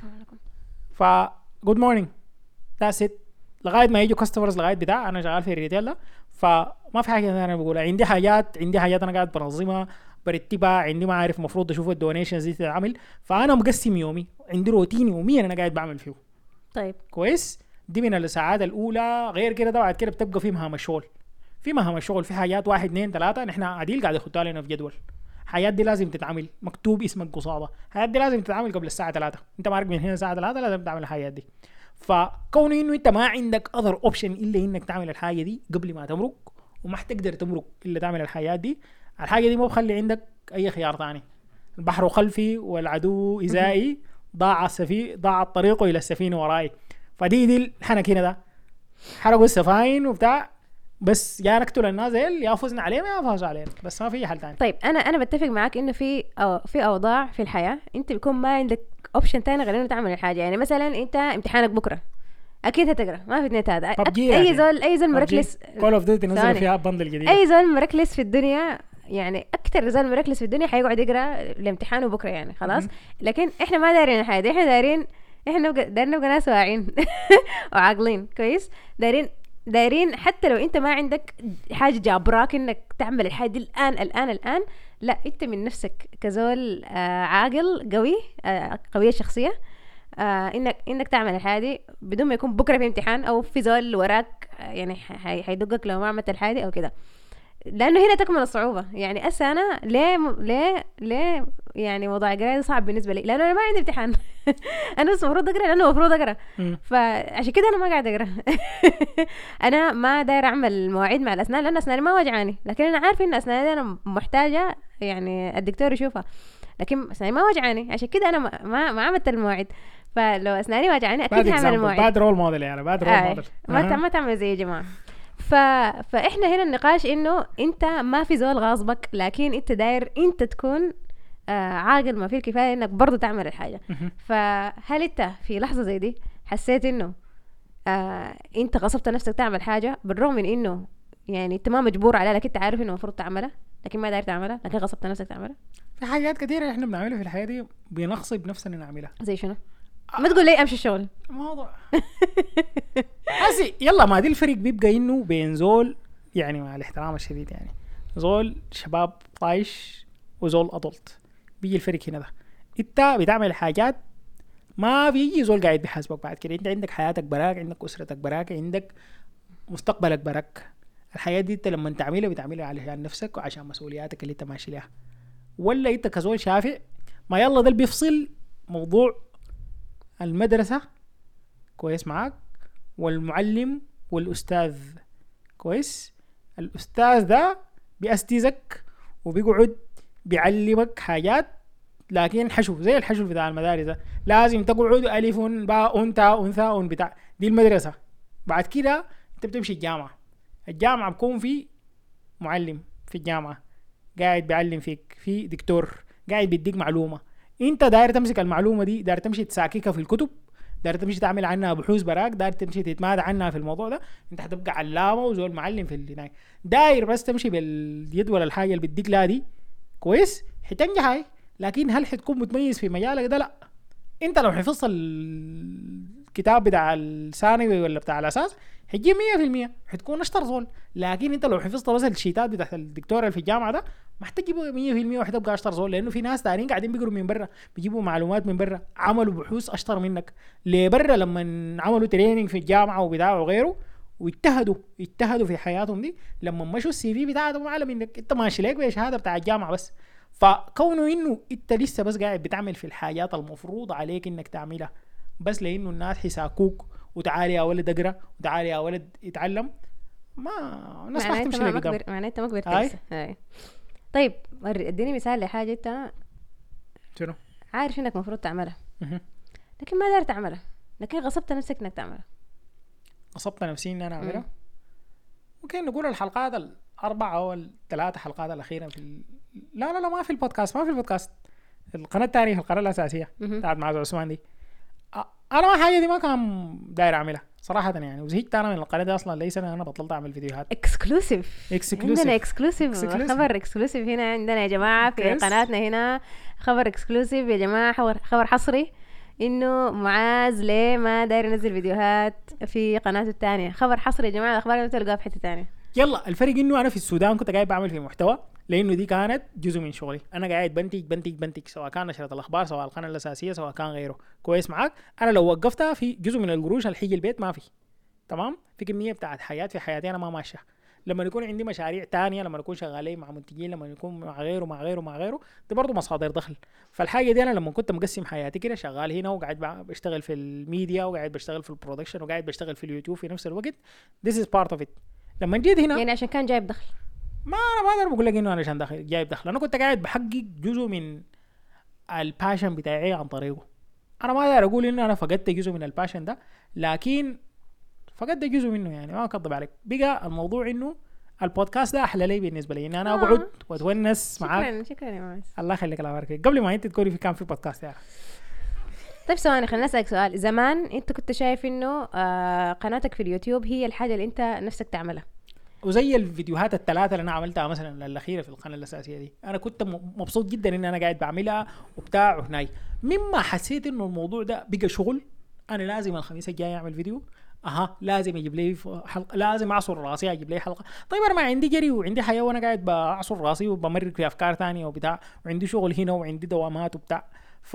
ف جود مورنينج ده ست لغايه ما يجوا كاستمرز لغايه بتاع انا شغال في الريتيل ده، فما في حاجه انا بقولها. عندي حاجات انا قاعد بنظمها برتبها، عندي ما عارف المفروض اشوف الدونيشنز دي تتعمل، فانا مقسم يومي، عندي روتين يوميا انا قاعد بعمل فيه. طيب كويس، دي من الساعات الاولى. غير كده بعد كده بتبقى في مهام الشغل، في حاجات 1 2 3 نحن عديل قاعد يخطوها لنا في جدول. حاجات دي لازم تتعمل مكتوب اسمك قصادها، حاجات دي لازم تتعمل قبل الساعه 3. انت مارك من هنا الساعه 3 لازم تعمل الحاجات دي. فكون انه انت ما عندك اذر اوبشن الا انك تعمل الحاجه دي قبل ما تمرق، وما حتقدر تمرق الا تعمل الحاجات دي، الحاجه دي ما بخلي عندك اي خيار ثاني. البحر خلفي والعدو ازائي، ضاع الطريق الى السفينه وراي. فدي الحنك هنا ده حرقوا السفاين وبتاع، بس يا نقتل الناس يا فزنا عليهم يا فازوا عليهم، بس ما في حل ثاني. طيب انا بتفق معاك انه في اوضاع في الحياه انت بيكون ما عندك اوبشن ثاني غير انه تعمل الحاجه. يعني مثلا انت امتحانك بكره اكيد هتقرا، ما في اثنين هذا. اي زول مركلس كول اوف ديوتي نزل فيها بندل جديد. اي زول مركلس في الدنيا، يعني اكثر زول مركلس في الدنيا حيقعد يقرا الامتحان بكره يعني خلاص. لكن احنا ما دارين الحاجه، احنا دارين نبقى ناس واعيين وعاقلين كويس. دايرين حتى لو انت ما عندك حاجه جابراك انك تعمل الحاجه دي الان، لا انت من نفسك كزول عاقل قوي، قويه الشخصيه، انك تعمل الحاجه دي بدون ما يكون بكره في امتحان او في زول وراك يعني هيدقك لو ما عملت الحاجه دي او كده. لانه هنا تكمن الصعوبه. يعني انا ليه يعني موضوع القرايه صعب بالنسبه لي، لانه انا ما عندي امتحان. انا بس المفروض اقرا لانه المفروض اقرا، فعشان كده انا ما قاعده اقرا. انا ما داير اعمل مواعيد مع الاسنان لان اسناني ما وجعاني، لكن انا عارفه ان اسناني انا محتاجه يعني الدكتور يشوفها، لكن اسناني ما وجعاني، عشان كده انا ما عملت المواعيد. فلو اسناني وجعاني اكيد هعمل المواعيد. بعد رول موديل يعني بعد رول موديل ما تعمل زي يا جماعه. فاحنا هنا النقاش انه انت ما في زول غاصبك، لكن انت داير انت تكون عاقل ما فيه الكفايه انك برضو تعمل الحاجه. فهل انت في لحظه زي دي حسيت انه انت غصبت نفسك تعمل حاجه بالرغم من انه يعني انت ما مجبور عليها، لكن انت عارف انه المفروض تعملها لكن ما داير تعملها، لكن غصبت نفسك تعملها؟ في حاجات كثيره احنا بنعملها في الحياه دي بنغصب نفسنا نعملها. زي شنو؟ ما تقول لي امشي الشغل الموضوع هسي يلا ما دي الفرق بيبقى انه بين زول يعني مع الاحترام الشديد يعني زول شباب طايش وزول ادولت، بيجي الفرق هنا ده. انت بتعمل حاجات ما بيجي زول قاعد بيحاسبك بعد كده، انت عندك حياتك براك، عندك اسرتك براك، عندك مستقبلك براك. الحياة دي انت لما تعملها بتعملها علشان نفسك وعشان مسؤولياتك اللي انت ماشي لها. ولا انت كزول شافع ما يلا ده اللي بيفصل موضوع المدرسة كويس معاك والمعلم والأستاذ كويس. الأستاذ ده بيأستيزك وبيقعد بيعلمك حاجات، لكن حشو زي الحشو بتاع المدارس ده، لازم تقعد ألف باء تاء ثاء بتاع دي المدرسة. بعد كده انت بتمشي الجامعة بكون في معلم في الجامعة قاعد بيعلم فيك، في دكتور قاعد بيديك معلومة، انت داير تمسك المعلومة دي، داير تمشي تساككها في الكتب، داير تمشي تعمل عنها بحوث براك، داير تمشي تتمادى عنها في الموضوع ده، انت هتبقى علامة وزول معلم في النهاية. داير بس تمشي باليد ولا الحاجة اللي بديك لا دي كويس حتنجح هاي، لكن هل حتكون متميز في مجالك ده؟ لا. انت لو حفظت الكتاب بتاع الثانوي ولا بتاع الاساس حتجيب 100%، حتكون اشطر زول. لكن انت لو حفظت بس الشيتات بتاعت الدكتور اللي في الجامعه ده ما حتجيب 100% وحتبقى اشطر زول، لانه في ناس تانيين قاعدين بيقروا من برا، بيجيبوا معلومات من برا، عملوا بحوث اشطر منك لبرا لما عملوا تريننج في الجامعه وبتاع وغيره واجتهدوا في حياتهم دي، لما مشوا السي في بتاعهم اعلى منك، انت ماشي لك بشهاده بتاع الجامعه بس. فكونه انه انت لسه بس قاعد بتعمل في الحاجات المفروض عليك انك تعملها بس لانه الناس حيساكوك وتعالي يا ولد اقرا وتعالي يا ولد اتعلم، ما الناس ما حتمشي لك قدام. معناته انت ما كبرت لسه. طيب اديني مثال لحاجه انت شنو عارف انك المفروض تعملها لكن ما داير تعملها، لكن غصبت نفسك انك تعملها. غصبت نفسي ان انا اعملها؟ ممكن نقول الحلقات الاربعه او الثلاثه حلقات الاخيره في لا ما في البودكاست، ما في البودكاست، القناه الثانيه، القناه الاساسيه بتاعت معاذ عثمان دي. انا ما حاجه دي ما كان داير اعملها صراحه يعني، وزهقت انا من القناه دي اصلا. ليس انا بطلت اعمل فيديوهات اكسكلوسيف. عندنا اكسكلوسيف خبر اكسكلوسيف هنا عندنا يا جماعه في قناتنا هنا، خبر اكسكلوسيف يا جماعه، خبر حصري انه معاذ ليه ما داير ينزل فيديوهات في قناته الثانيه. خبر حصري يا جماعه، الاخبار اللي تلقاها في حته ثانيه. يلا الفرق انه انا في السودان كنت قاعد بعمل في محتوى، لانه دي كانت جزء من شغلي، انا قاعد بنتج سواء كان نشرة الاخبار سواء القناه الاساسيه سواء كان غيره كويس معاك. انا لو وقفتها في جزء من القروش الحيجي البيت ما في تمام، في كميه بتاعت حياه في حياتي انا ما ماشيه. لما يكون عندي مشاريع تانية، لما نكون شغالين مع منتجين، لما يكون مع غيره دي برضو مصادر دخل. فالحاجه دي انا لما كنت مقسم حياتي كده، شغال هنا وقاعد بشتغل في الميديا وقاعد بشتغل في البرودكشن وقاعد بشتغل في اليوتيوب في نفس الوقت، this is part of it. لما جيت هنا يعني عشان كان جايب دخل، ما انا ما اقدر بقول لك انه انا عشان دخل جايب دخل، انا كنت قاعد بحقق جزء من الباشن بتاعي عن طريقه. انا ما اقدر اقول انه انا فقدت جزء من الباشن ده، لكن فقدت جزء منه يعني، ما اكذب عليك. بقى الموضوع انه البودكاست ده احلى لي بالنسبه لي، ان انا اقعد واتونس معاك. شكرا يا معاذ، الله يخليك الله يبارك. قبل ما انت تقولي في كان في بودكاست يعني. طيب ثواني خلينا نسألك سؤال. زمان انت كنت شايف انه قناتك في اليوتيوب هي الحاجه اللي انت نفسك تعملها، وزي الفيديوهات الثلاثه اللي انا عملتها مثلا الاخيره في القناه الاساسيه دي، انا كنت مبسوط جدا ان انا قاعد بعملها وبتاع وهناي. مما حسيت انه الموضوع ده بقى شغل، انا لازم الخميس الجاي اعمل فيديو، لازم يجيب لي حلقه، لازم اعصر راسي اجيب لي حلقه. طيب انا ما عندي جري وعندي حياه وانا قاعد بعصر راسي وبمرر في افكار ثانيه وبتاع، وعندي شغل هنا وعندي دوامات وبتاع. ف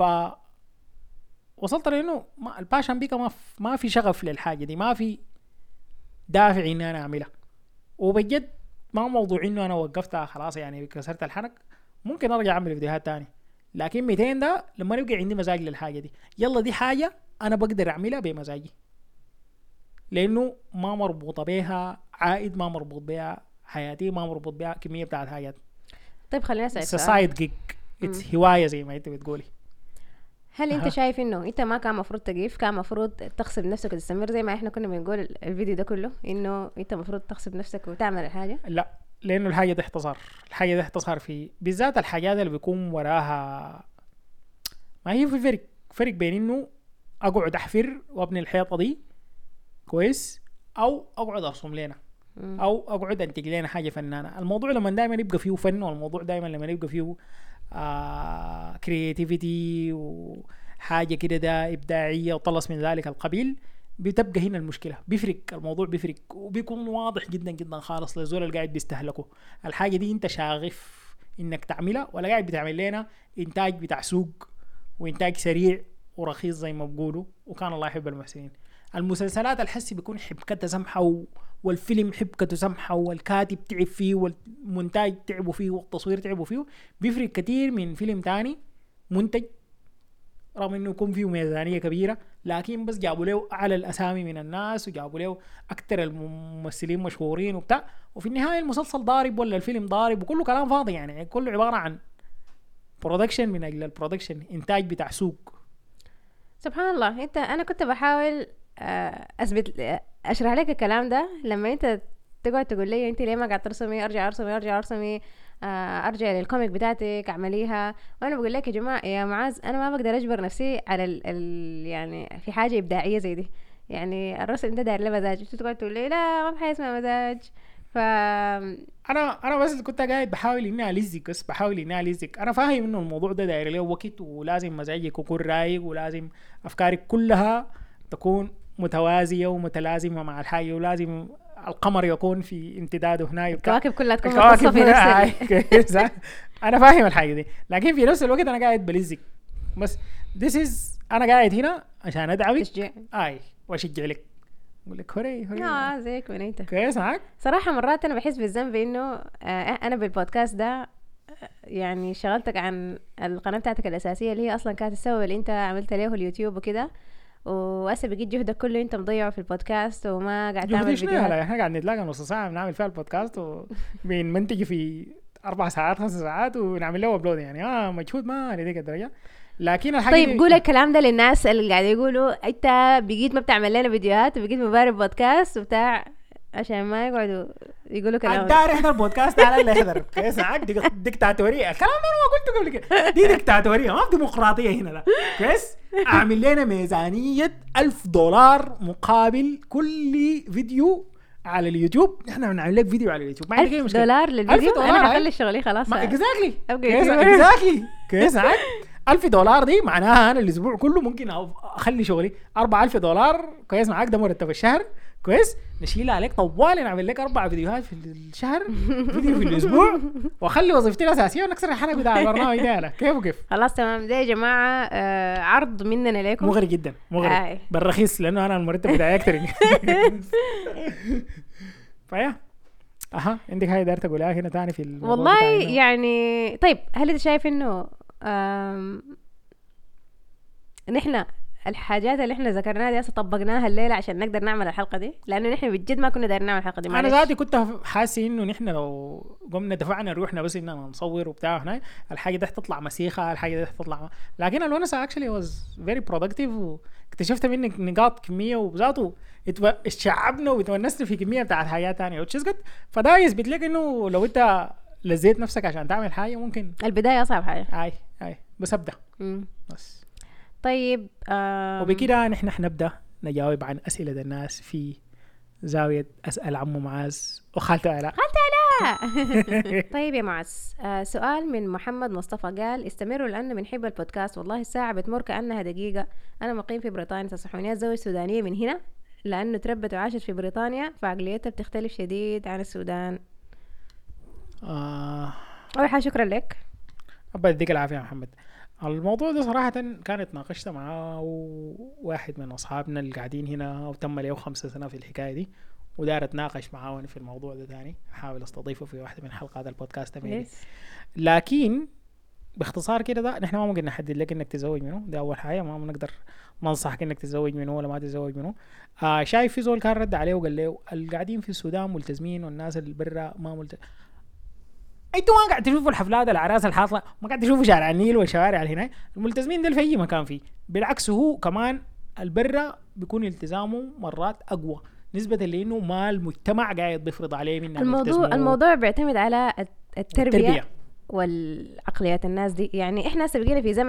وصلت لانه الباشن بيك ما في شغف للحاجه دي، ما في دافع ان انا اعملها. وبجد ما موضوع انه انا وقفتها خلاص يعني كسرت الحنك، ممكن ارجع اعمل فيديوهات تاني. لكن 200 ده لما يبقى عندي مزاج للحاجه دي، يلا دي حاجه انا بقدر اعملها بمزاجي، لانه ما مربوطه بها عائد، ما مربوط بها حياتي، ما مربوط بها كميه بتاعت حاجات. طيب خليني اسالك سؤال. سايد جيك، اتس هوايه زي ما انت بتقولي. هل انت شايف انه انت ما كان مفروض تقيف، كان مفروض تغصب نفسك وتستمر زي ما احنا كنا بنقول الفيديو ده كله، انه انت مفروض تغصب نفسك وتعمل الحاجه؟ لا، لانه الحاجه دي اختصار، الحاجه دي اختصار في بالذات الحاجات اللي بيكون وراها. ما هي في فرق بين انه اقعد احفر وابني الحيطه دي كويس، او اقعد ارسم لنا، او اقعد انتج لنا حاجه فنانه. الموضوع لما دائما يبقى فيه فن، والموضوع دائما لما يبقى فيه كرياتيفيتي وحاجه كده ده ابداعيه وطلس من ذلك القبيل، بتبقى هنا المشكله. بيفرق الموضوع، بيفرق وبيكون واضح جدا جدا خالص للزول اللي قاعد بيستهلكه الحاجه دي. انت شاغف انك تعملها، ولا قاعد بتعمل لنا انتاج بتاع سوق وانتاج سريع ورخيص زي ما بقولوا؟ وكان الله يحب المحسنين. المسلسلات الحسي بيكون حبكتها سمحه، والفيلم حبكته سمحه، والكاتب تعب فيه، والمونتاج تعبوا فيه، والتصوير تعبوا فيه. بيفرق كتير من فيلم تاني منتج رغم انه يكون فيه ميزانيه كبيره، لكن بس جابوا له اعلى الاسامي من الناس، وجابوا له اكثر الممثلين مشهورين وبتاع، وفي النهايه المسلسل ضارب ولا الفيلم ضارب، وكله كلام فاضي يعني كله عباره عن برودكشن من اجل البرودكشن، انتاج بتاع سوق. سبحان الله. انا كنت بحاول اشرح لك الكلام ده لما انت تقعد تقول لي انت ليه ما قاعد ترسمي، ارجع ارسمي، ارجع للكوميك بتاعتك اعمليها. وانا بقول لك يا جماعه يا معاذ، انا ما بقدر اجبر نفسي على يعني في حاجه ابداعيه زي دي. يعني الرسم ده داير له مزاج، انت تقعد تقول لي لا ما في حاجه اسمها مزاج. ف انا بس كنت قاعد بحاول اني الزك، بس بحاول اني الزك. انا فاهم انه الموضوع ده داير له وقت، ولازم مزاجك يكون رايق، ولازم افكارك كلها تكون متوازيه ومتلازمه مع الحاجه، ولازم القمر يكون في امتداده هنا، الكواكب كلها تكون متصفه في نفس انا فاهم الحاجه دي، لكن في نفس الوقت انا قاعد بلزك. بس انا قاعد هنا عشان ادعمك تشجيع واشجع لك، اقول لك هوري زيك من انت كويس معاك. صراحه مرات انا بحس بالذنب انه انا بالبودكاست ده يعني شغلتك عن القناه بتاعتك الاساسيه اللي هي اصلا كانت السبب اللي انت عملت له اليوتيوب وكده، وهسه بقيت جهدك كله انت مضيعه في البودكاست وما قاعد تعمل فيديوهات. احنا قاعد نتلاقى نص ساعه بنعمل فيها البودكاست، وبنمنتج في 4 ساعات 5 ساعات ونعمل له ابلود، يعني مجهود ما لديك الدرجه. لكن الحاجه طيب قول الكلام ده للناس اللي قاعد يقولوا انت بقيت ما بتعمل لنا فيديوهات وبقيت مبارك بودكاست وبتاع، عشان ما يقعدوا يقولوا كلام. الدار يحضر بودكاست على اللي يحضر كويس معاك. ديكتاتوريه، الكلام ده انا قلته قبل كده، دي ديكتاتوريه ما في ديمقراطيه هنا. لا كويس، اعمل لنا ميزانيه $1000 مقابل كل فيديو على اليوتيوب. احنا بنعمل لك فيديو على اليوتيوب، ما عندك اي مشكله. $1000 للفيديو؟ انا هخلي شغلي خلاص. اكزاكتلي كويس معاك. $1000 دي معناها انا الاسبوع كله ممكن اخلي شغلي $4000 كويس معاك. ده مرتب الشهر كويس، نشيل عليك طوال، نعمل لك 4 فيديوهات في الشهر، فيديو في الاسبوع، واخلي وظيفتي الاساسيه ونكسر الحلقه بتاع البرنامج ده. كيف وكيف؟ خلاص تمام. ده يا جماعه عرض مننا لكم مغري جدا، مغري بالرخيص، لانه انا المرتب بتاعي اكتر. فيا عندك حاجه داير تقولها هنا تاني في الموضوع؟ والله يعني طيب، هل انت شايف انه نحن الحاجات اللي احنا ذكرناها دي طبقناها الليله عشان نقدر نعمل الحلقه دي؟ لانه نحن بجد ما كنا دايرين نعمل الحلقه دي. انا ذاتي كنت حاسس انه نحن لو قمنا دفعنا روحنا بس اننا نصور وبتاع هنا، الحاجه دي حتطلع مسيخه، الحاجه دي حتطلع. لكن الونسه اكشلي واز فيري برودكتيف، واكتشفت منك نقاط كميه وبذاته اشعبنا وتونسنا في كميه بتاعت حاجات ثانيه وتشزقت. فده يثبت لك انه لو انت لزيت نفسك عشان تعمل حاجه، ممكن البدايه اصعب حاجه. اي بس ابدا بس. طيب وبكده نحن حنبدا نجاوب عن اسئله الناس في زاويه اسال عمو معاذ وخالته الاء. طيب يا معاذ، سؤال من محمد مصطفى قال: استمروا لأنه بنحب البودكاست، والله الساعة بتمر كأنها دقيقة. أنا مقيم في بريطانيا، تنصحوني أتزوج سودانية من هنا لأنه تربت وعاشت في بريطانيا فعقليتها بتختلف شديد عن السودان. أول حاجة شكرا لك، الله يديك العافية يا محمد. الموضوع ده صراحة كانت ناقشت معاه واحد من أصحابنا اللي قاعدين هنا، وتم له 5 سنة في الحكاية دي، ودار اتناقش معاه في الموضوع ده تاني، احاول استضيفه في واحده من حلقات البودكاست تاني. لكن باختصار كده ده نحن ما ممكن نحدد لك انك تزوج منه، ده اول حاجه، ما نقدر ننصحك انك تتزوج منه ولا ما تتزوج منه. شايف في زول كان رد عليه وقال له القاعدين في السودان ملتزمين والناس اللي برا ما ملتزم. انتوا ما قاعد تشوفوا الحفلات الاعراس الحاصله، ما قاعد تشوفوا شارع النيل والشوارع اللي هنا. الملتزمين ده في اي مكان فيه، بالعكس هو كمان البرة بيكون التزامه مرات اقوى نسبة لانه ما المجتمع قاعد بيفرض عليه من الموضوع بيعتمد على التربية والعقليات الناس دي. يعني احنا سبقينا في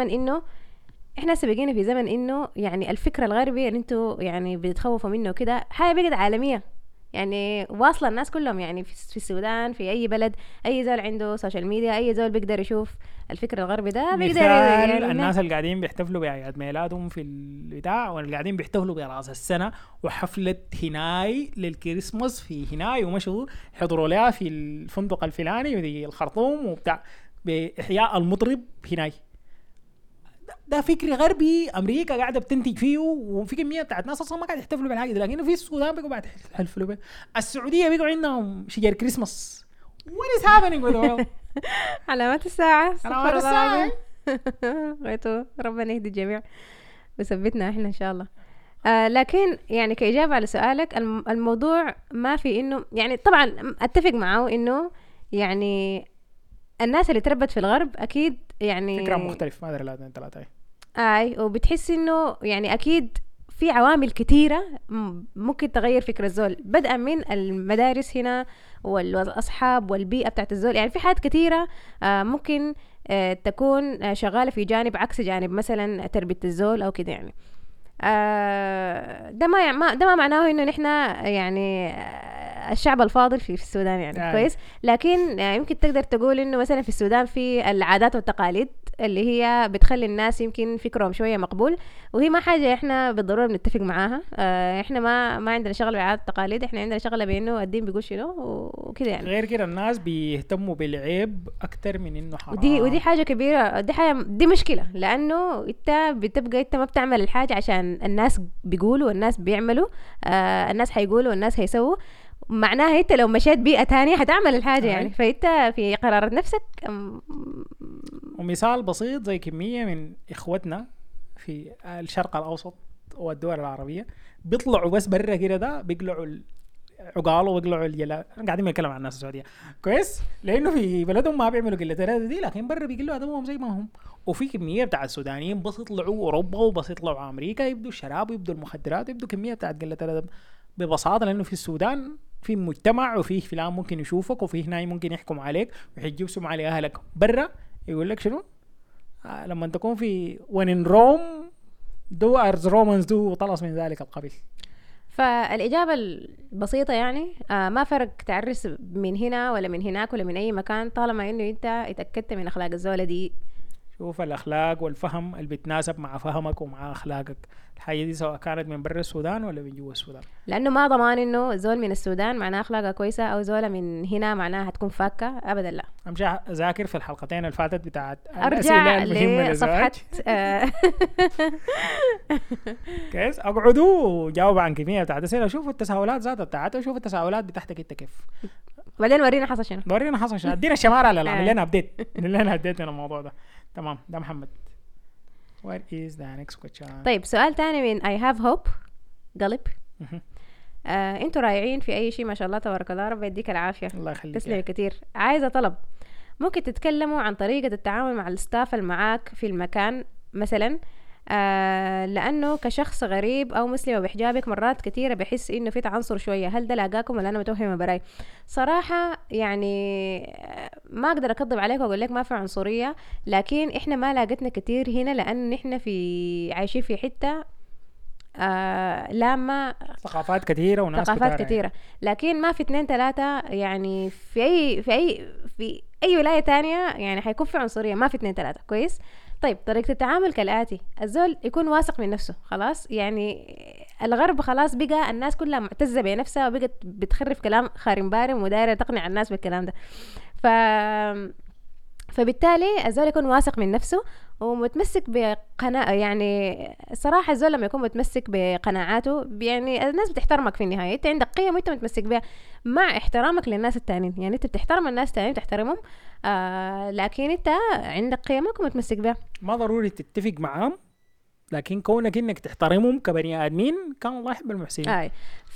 زمن انه يعني الفكر الغربي اللي انتوا يعني بتخوفوا منه كده حاجة بقت عالمية، يعني واصله الناس كلهم، يعني في السودان، في اي بلد، اي زول عنده سوشيال ميديا، اي زول بيقدر يشوف الفكر الغربي ده بيقدر يعني الناس اللي قاعدين بيحتفلوا باعياد ميلادهم في البتاع، واللي قاعدين بيحتفلوا براس السنه وحفله هناي للكريسماس في هناي، ومشوا حضروا لها في الفندق الفلاني في الخرطوم وبتاع باحياء المطرب هناي. ده فكر غربي، امريكا قاعده بتنتج فيه، وفي كميه بتاعت ناس اصلا ما قاعد يحتفلوا بالحاجه دي، لكن في السودان بيقوا بعد يحتفلوا بها. السعوديه بيقوا عندهم شجر كريسماس. what is happening with the world؟ علامات الساعه، علامات الساعه. غيتو ربنا يهدي الجميع ويثبتنا احنا ان شاء الله. لكن يعني كإجابة على سؤالك، الموضوع ما في انه يعني طبعا اتفق معه انه يعني الناس اللي تربت في الغرب اكيد يعني فكرة مختلف، ما ادري لا انت لا وبتحس انه يعني اكيد في عوامل كتيرة ممكن تغير فكرة الزول، بدءا من المدارس هنا والاصحاب والبيئة بتاعت الزول. يعني في حاجات كتيرة ممكن تكون شغالة في جانب عكس جانب مثلا تربية الزول او كده. يعني ده ما معناه انه نحن يعني الشعب الفاضل في السودان يعني كويس، لكن يمكن تقدر تقول انه مثلا في السودان في العادات والتقاليد اللي هي بتخلي الناس يمكن فكرهم شويه مقبول، وهي ما حاجه احنا بالضروره بنتفق معاها. احنا ما عندنا شغله بعادات التقاليد، احنا عندنا شغله بانه الدين بيقول شنو وكده. يعني غير كده الناس بيهتموا بالعيب اكتر من انه حرام، ودي حاجه كبيره، دي مشكله، لانه انت بتبقى انت ما بتعمل الحاجه عشان الناس بيقولوا والناس بيعملوا، الناس هيقولوا والناس هيسووا، معناها انت لو مشيت بيئة تانية هتعمل الحاجة. يعني فانت في قرارات نفسك. ومثال بسيط زي كمية من اخوتنا في الشرق الاوسط والدول العربية بيطلعوا بس برا كده، ده بيقلعوا العقال وبيقلعوا الجلال. قاعدين بنتكلم عن الناس السعودية كويس، لانه في بلدهم ما بيعملوا قلة الادب دي، لكن برا بيقلعوا ادبهم زي ما هم. وفي كمية بتاع السودانيين بس يطلعوا اوروبا وبس يطلعوا امريكا يبدوا الشراب ويبدوا المخدرات ويبدوا كمية بتاعت قلة الادب ببساطة، لانه في السودان في مجتمع وفيه فلان ممكن يشوفك وفيه هنا ممكن يحكم عليك ويحجب سمعة لأهلك. برا يقول لك شنو؟ لما تكون في when in Rome do as Romans do وطلص من ذلك القبيل. فالإجابة البسيطة يعني ما فرق تعرس من هنا ولا من هناك ولا من أي مكان، طالما إنه أنت اتأكدت من أخلاق الزولة دي. شوف الأخلاق والفهم اللي بتناسب مع فهمك ومع أخلاقك، الحاجة دي سواء كانت من برا السودان ولا من جوا السودان، لأنه ما ضمان إنه زول من السودان معناه أخلاقها كويسة أو زولة من هنا معناها هتكون فاكة أبدا. لا، أمشي أذاكر في الحلقتين اللي فاتت بتاعت أرجع لصفحة كيس أقعدوا وجاوب عن كمية بتاعت أسئلة، شوفوا التساؤلات ذاتها بتاعتها وشوفوا التساؤلات بتاعتك أنت كيف، بعدين ورينا حصل شنو، ادينا الشمارة على اللي عمل لنا أبديت من الموضوع ده. تمام، ده محمد. What is the next question؟ طيب سؤال تاني من I have hope قلب. انتوا رائعين في اي شيء ما شاء الله تبارك الله، رب يديك العافية. الله يخليك. تسلمي كتير. عايزة طلب، ممكن تتكلموا عن طريقة التعامل مع الستاف المعاك في المكان مثلا، لأنه كشخص غريب أو مسلمة بحجابك مرات كتيرة بحس إنه في تعنصر شوية، هل ده لاقاكم ولا أنا متوهمة براي؟ صراحة يعني ما أقدر أكذب عليك وأقول لك ما في عنصرية، لكن إحنا ما لاقتنا كتير هنا لأن إحنا عايشين في حتة لامة ثقافات كثيرة وناس ثقافات كثيرة، لكن ما في 2-3 يعني في أي ولاية تانية يعني حيكون في عنصرية، ما في 2-3 كويس. طيب طريقة التعامل كالآتي، الزول يكون واثق من نفسه خلاص. يعني الغرب خلاص بقى الناس كلها معتزة بنفسها وبقت بتخرف كلام خارم بارم ودايرة تقنع الناس بالكلام ده، فبالتالي الزول يكون واثق من نفسه ومتمسك بقناعة. يعني صراحة الزول لما يكون متمسك بقناعاته يعني الناس بتحترمك في النهاية. انت عندك قيم وانت متمسك بها مع احترامك للناس التانيين. يعني انت بتحترم الناس التانيين بتحترمهم، لكن انت عندك قيمك ومتمسك بها. ما ضروري تتفق معاهم، لكن كونك انك تحترمهم كبني ادمين كان الله يحب المحسنين.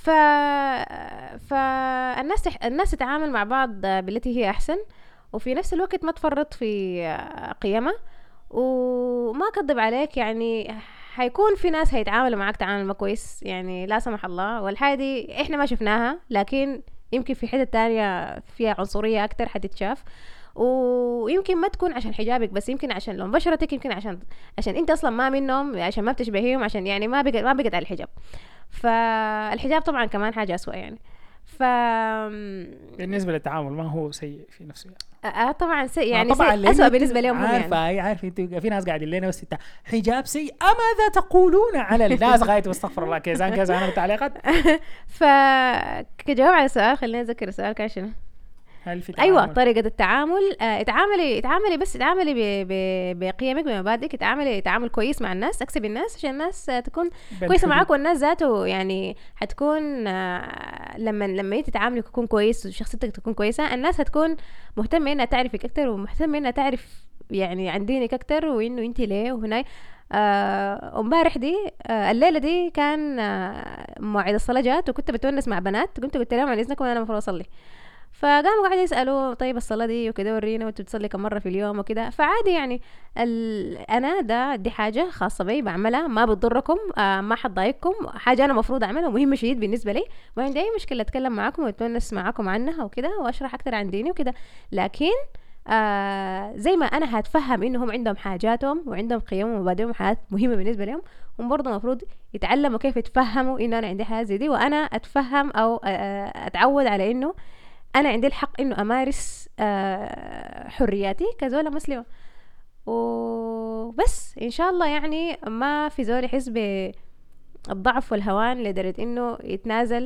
الناس تتعامل مع بعض بالتي هي احسن، وفي نفس الوقت ما تفرط في قيمها. وما كذب عليك، يعني هيكون في ناس هيتعاملوا معك تعامل ما كويس، يعني لا سمح الله. والحاجة دي احنا ما شفناها، لكن يمكن في حتة تانية فيها عنصرية اكتر حتتشاف. ويمكن ما تكون عشان حجابك بس، يمكن عشان لون بشرتك، يمكن عشان انت اصلا ما منهم، عشان ما بتشبهيهم، عشان يعني ما بقت على الحجاب. فالحجاب طبعا كمان حاجة أسوأ يعني. بالنسبة للتعامل ما هو سيء في نفسه يعني. طبعا يعني طبعا أسوأ بالنسبة لهم هم عارفة يعني. عارفة انت في ناس قاعدين لنا بس حجاب سيء، ماذا تقولون على الناس غاية واستغفر الله كيزان انا بالتعليقات. كجواب على السؤال خلينا نذكر السؤال كان شنو. هل في تعامل؟ ايوه طريقه التعامل. اتعاملي بس اتعاملي بقيمك بمبادئك. اتعاملي تعامل كويس مع الناس، اكسبي الناس عشان الناس تكون كويسه معاك. والناس ذاته يعني هتكون لما انت تتعاملي تكون كويس وشخصيتك تكون كويسه، الناس هتكون مهتمه انها تعرفك اكتر، ومهتمه انها تعرف يعني عن دينك اكتر، وانه انت ليه وهنا. امبارح دي الليله دي كان موعد الصلاه جات، وكنت بتونس مع بنات، قلت لهم عن اذنكم انا المفروض اصلي. فقاموا قاعد يسألوا طيب الصلاة دي وكده ورينا وانت بتصلي كم مرة في اليوم وكده. فعادي يعني أنا دي حاجة خاصة بي بعملها، ما بتضركم، ما حتضايقكم، حاجة أنا مفروض أعملها ومهمة شديد بالنسبة لي. ما عندي أي مشكلة أتكلم معاكم وأتونس معاكم عنها وكده، وأشرح أكتر عن ديني وكده. لكن زي ما أنا هتفهم إنهم عندهم حاجاتهم وعندهم قيمهم ومبادئهم حاجات مهمة بالنسبة لهم، هم برضه المفروض يتعلموا كيف يتفهموا إنه أنا عندي حاجة زي دي، وأنا أتفهم أو أتعود على إنه أنا عندي الحق إنه أمارس حرياتي كزولة مسلمة. وبس إن شاء الله يعني ما في زول يحس بالضعف والهوان لدرجة إنه يتنازل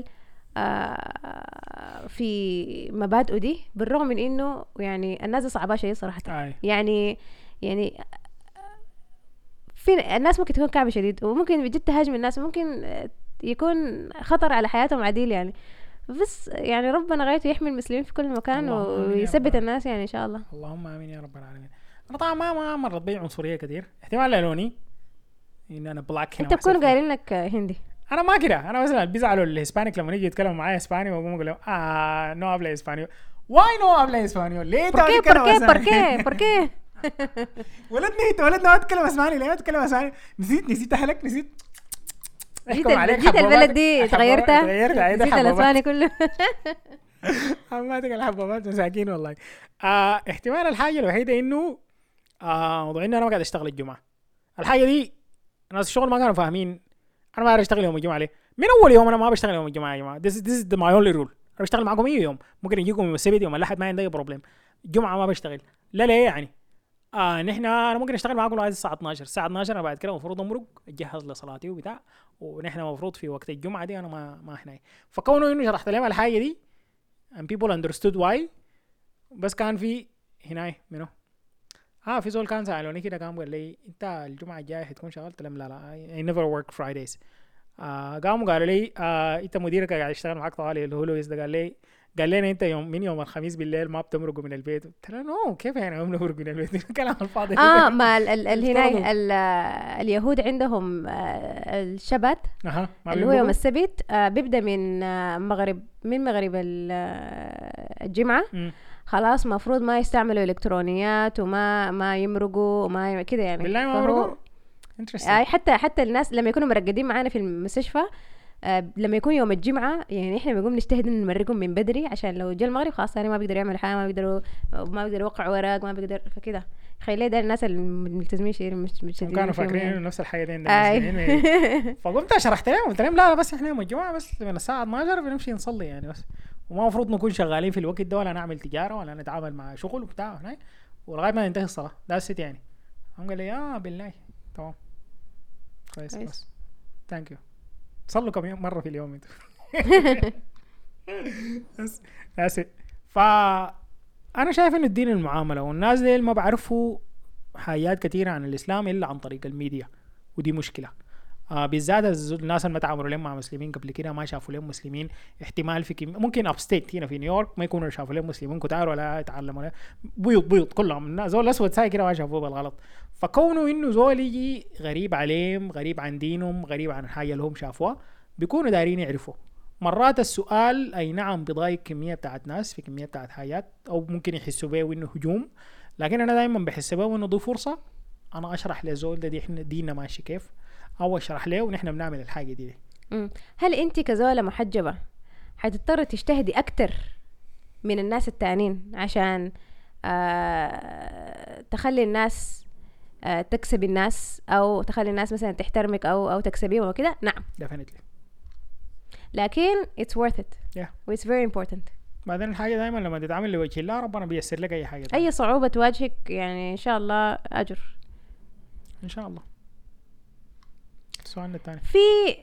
في مبادئه دي، بالرغم من إنه يعني الناس صعبة شيء صراحة. يعني في الناس ممكن تكون كعبة شديد، وممكن بجد تهاجم الناس، وممكن يكون خطر على حياتهم عديل يعني. بس يعني ربنا غايته يحمي المسلمين في كل مكان ويثبت الناس يعني ان شاء الله. اللهم امين يا رب العالمين. انا طبعا ما مرت بي عنصريه كثير، احتمال لوني ان انا بلاك هنا. انت بكون قايلين لك هندي. انا ما كده، انا مثلا بيزعلوا الهسبانيك لما يجي يتكلموا معايا اسباني، واقوم اقول لهم نو habla اسبانيول. واي نو habla اسبانيول؟ ليه بوركي ولدنا ما تتكلم اسباني، ليه ما تتكلم اسباني؟ نسيت اهلك، نسيت جيت البلد دي تغيرتها نسيت الاسباني كله. عماتك الحبابات مساكين والله. احتمال الحاجة الوحيدة انه موضوع انه انا ما قاعد اشتغل الجمعة. الحاجة دي ناس الشغل ما كانوا فاهمين انا ما قاعد اشتغل يوم الجمعة ليه. من اول يوم انا ما بشتغل يوم الجمعة يا جماعة. this is my only rule. انا بشتغل معكم اي يوم، ممكن يجيكم يوم السبت يوم الاحد، ما عندي اي بروبلم. الجمعة ما بشتغل. لا ليه يعني؟ انا ممكن اشتغل معاكم لغايه الساعه 12. الساعه 12 انا بعد كده المفروض امرق اجهز لصلاتي وبتاع، ونحن المفروض في وقت الجمعه دي انا ما هنا. فكونه انه شرحت لهم الحاجه دي and people understood why. بس كان في هنا منو في زول كان سألوني كده، قام قال لي انت الجمعه الجايه حتكون شغال؟ قلت لهم لا I never work Fridays. قاموا قالوا لي انت مديرك قاعد يشتغل معاك طوالي اللي هو لويس ده، قال لنا انت يوم الخميس بالليل ما بتمرقوا من البيت. قلت له نو كيف يعني ما بنمرق من البيت؟ كلام الفاضي. ما هنا اليهود عندهم الشبت اللي هو يوم السبت، بيبدا من مغرب الجمعة. خلاص مفروض ما يستعملوا الكترونيات وما يمرقوا وما كده يعني. بالله ما يمرقوا. حتى الناس لما يكونوا مرقدين معانا في المستشفى، لما يكون يوم الجمعة يعني احنا بنقوم نجتهد ان نمرقهم من بدري، عشان لو جاء المغرب خلاص يعني ما بيقدر يعمل حاجة، ما بيقدر يوقع ورق، ما بيقدر فكده. خلي ده الناس الملتزمين شيء مش كانوا فاكرين نفس الحاجة دي. فقمت شرحت لهم، قلت لهم لا بس احنا يوم الجمعة بس من الساعة 12 بنمشي نصلي يعني بس، وما مفروض نكون شغالين في الوقت ده، ولا نعمل تجارة ولا نتعامل مع شغل وبتاع هناك، ولغاية ما ننتهي الصلاة ده الست يعني. هم قال لي بالله تمام كويس بس ثانك يو. صلوا كم مرة في اليوم انتوا؟ بس فأنا شايف إن الدين المعاملة، والناس دي ما بعرفوا حاجات كثيرة عن الإسلام إلا عن طريق الميديا، ودي مشكلة. بالذات الناس اللي ما تعاملوا لهم مع مسلمين قبل كده، ما شافوا لهم مسلمين، احتمال في ممكن ابستيت هنا في نيويورك ما يكونوا شافوا لهم مسلمين كتار ولا يتعلموا له، بيض كلهم زول اسود ساي كده ما شافوه بالغلط. فكونه انه زول يجي غريب عليهم، غريب عن دينهم، غريب عن الحاجه اللي هم شافوها، بيكونوا دايرين يعرفوا. مرات السؤال اي نعم بيضايق كميه بتاعت ناس في كميه بتاعت حاجات، او ممكن يحسوا بيه انه هجوم، لكن انا دائما بحس بيه انه دي فرصه انا اشرح لزول ده احنا ديننا ماشي كيف، او اشرح له ونحن بنعمل الحاجه دي. هل انت كزوله محجبه حتضطر تجتهدي اكتر من الناس التانين عشان تخلي الناس تكسب الناس، او تخلي الناس مثلا تحترمك او تكسبيهم وكده؟ نعم definitely. لكن it's worth it yeah. it's very important. بعدين الحاجه دائما لما تتعامل لوجه الله ربنا بيسر لك اي حاجه تاني. اي صعوبه تواجهك يعني ان شاء الله اجر ان شاء الله. السؤال الثاني، في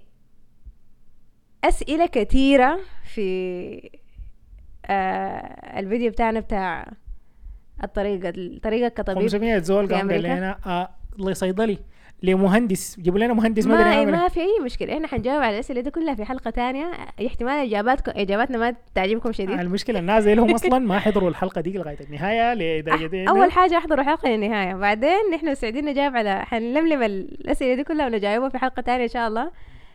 اسئله كثيره في الفيديو بتاعنا بتاع الطريقه كطبيب 500 زول قام قال لنا لصيدلي لمهندس، جيبوا لنا مهندس ما في اي مشكله، احنا حنجاوب على الاسئله دي كلها في حلقه تانية. احتمال اجاباتنا ما تعجبكم شديد. المشكله الناس لهم اصلا ما حضروا الحلقه دي لغايه النهايه لدرجه اول حاجه احضروا الحلقه للنهايه، بعدين نحن سعيدين نجاوب على حنلملم الاسئله دي كلها ونجاوبها في حلقه تانية ان شاء الله.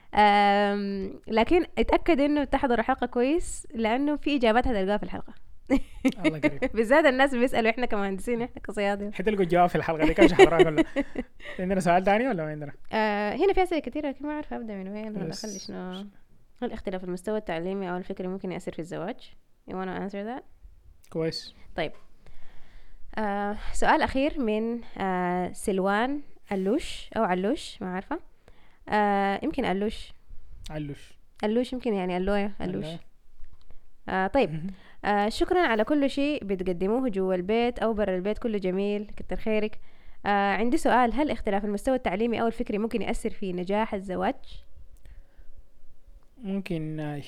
لكن اتاكد انه تحضروا الحلقه كويس، لانه في اجابات هتلقاها في الحلقه. الله كريم. بالذات الناس بيسالوا احنا كمهندسين احنا كصيادله حتلقوا الجواب في الحلقه دي كاش حضرها كلها. عندنا سؤال ثاني ولا ما عندنا؟ هنا في اسئله كثيره لكن ما اعرف ابدا من وين ولا اخلي شنو. هل اختلاف المستوى التعليمي او الفكري ممكن ياثر في الزواج؟ you want to answer that؟ كويس. طيب سؤال اخير من سلوان علوش او علوش ما عارفه، يمكن علوش يمكن يعني اللوية علوش. طيب شكرا على كل شيء بتقدموه جوا البيت او برا البيت، كله جميل كتر خيرك. عندي سؤال، هل اختلاف المستوى التعليمي او الفكري ممكن يأثر في نجاح الزواج؟ ممكن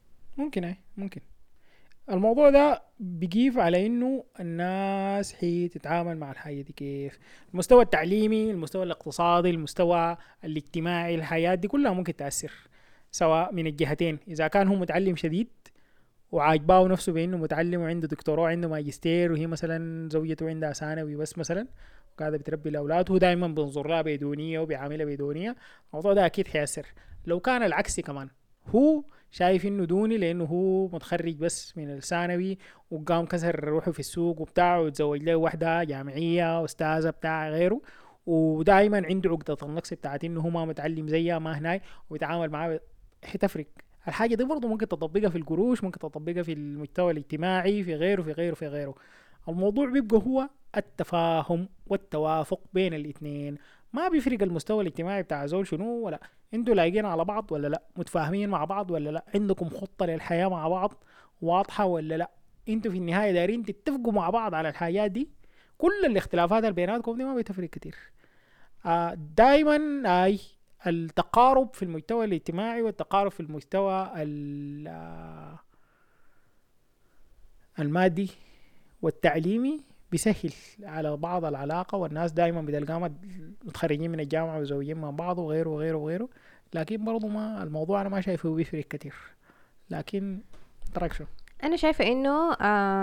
الموضوع ده بيجيف على انه الناس هي تتعامل مع الحياة دي كيف، المستوى التعليمي، المستوى الاقتصادي، المستوى الاجتماعي، الحياة دي كلها ممكن تأثر سواء من الجهتين. اذا كان هو متعلم شديد وعاجباه نفسه بانه متعلم وعنده دكتوراه وعنده ماجستير، وهي مثلا زوجته عندها ثانوي بس مثلا وقاعده بتربي الاولاد، وهو دائما بينظر لها بدونيه وبيعاملها بدونيه، الموضوع ده اكيد حيأثر. لو كان العكس كمان، هو شايف انه دوني لانه هو متخرج بس من الثانوي وقام كسر روحه في السوق وبتاع وتزوج له واحده جامعيه استاذه بتاع غيره، ودائما عنده عقده النقص بتاعت انه هو ما متعلم زيها ما هناي وبيتعامل معاه، حتفرق. الحاجه دي برضه ممكن تطبقها في القروش، ممكن تطبقها في المستوى الاجتماعي، في غيره. الموضوع بيبقى هو التفاهم والتوافق بين الاثنين. ما بيفرق المستوى الاجتماعي بتاع زول شنو، ولا انتوا لاقين على بعض ولا لا، متفاهمين مع بعض ولا لا، عندكم خطة للحياة مع بعض واضحة ولا لا، انتوا في النهاية دارين تتفقوا مع بعض على الحاجات دي. كل الاختلافات اللي بيناتكم دي ما بتفرق كتير. دايما التقارب في المستوى الاجتماعي والتقارب في المستوى المادي والتعليمي بيسهل على بعض العلاقة، والناس دائما بتلقاهم متخرجين من الجامعة وزوجين مع بعض وغيره. لكن برضو ما الموضوع أنا ما شايفه بيفرق كتير. لكن ترك شو أنا شايفة إنه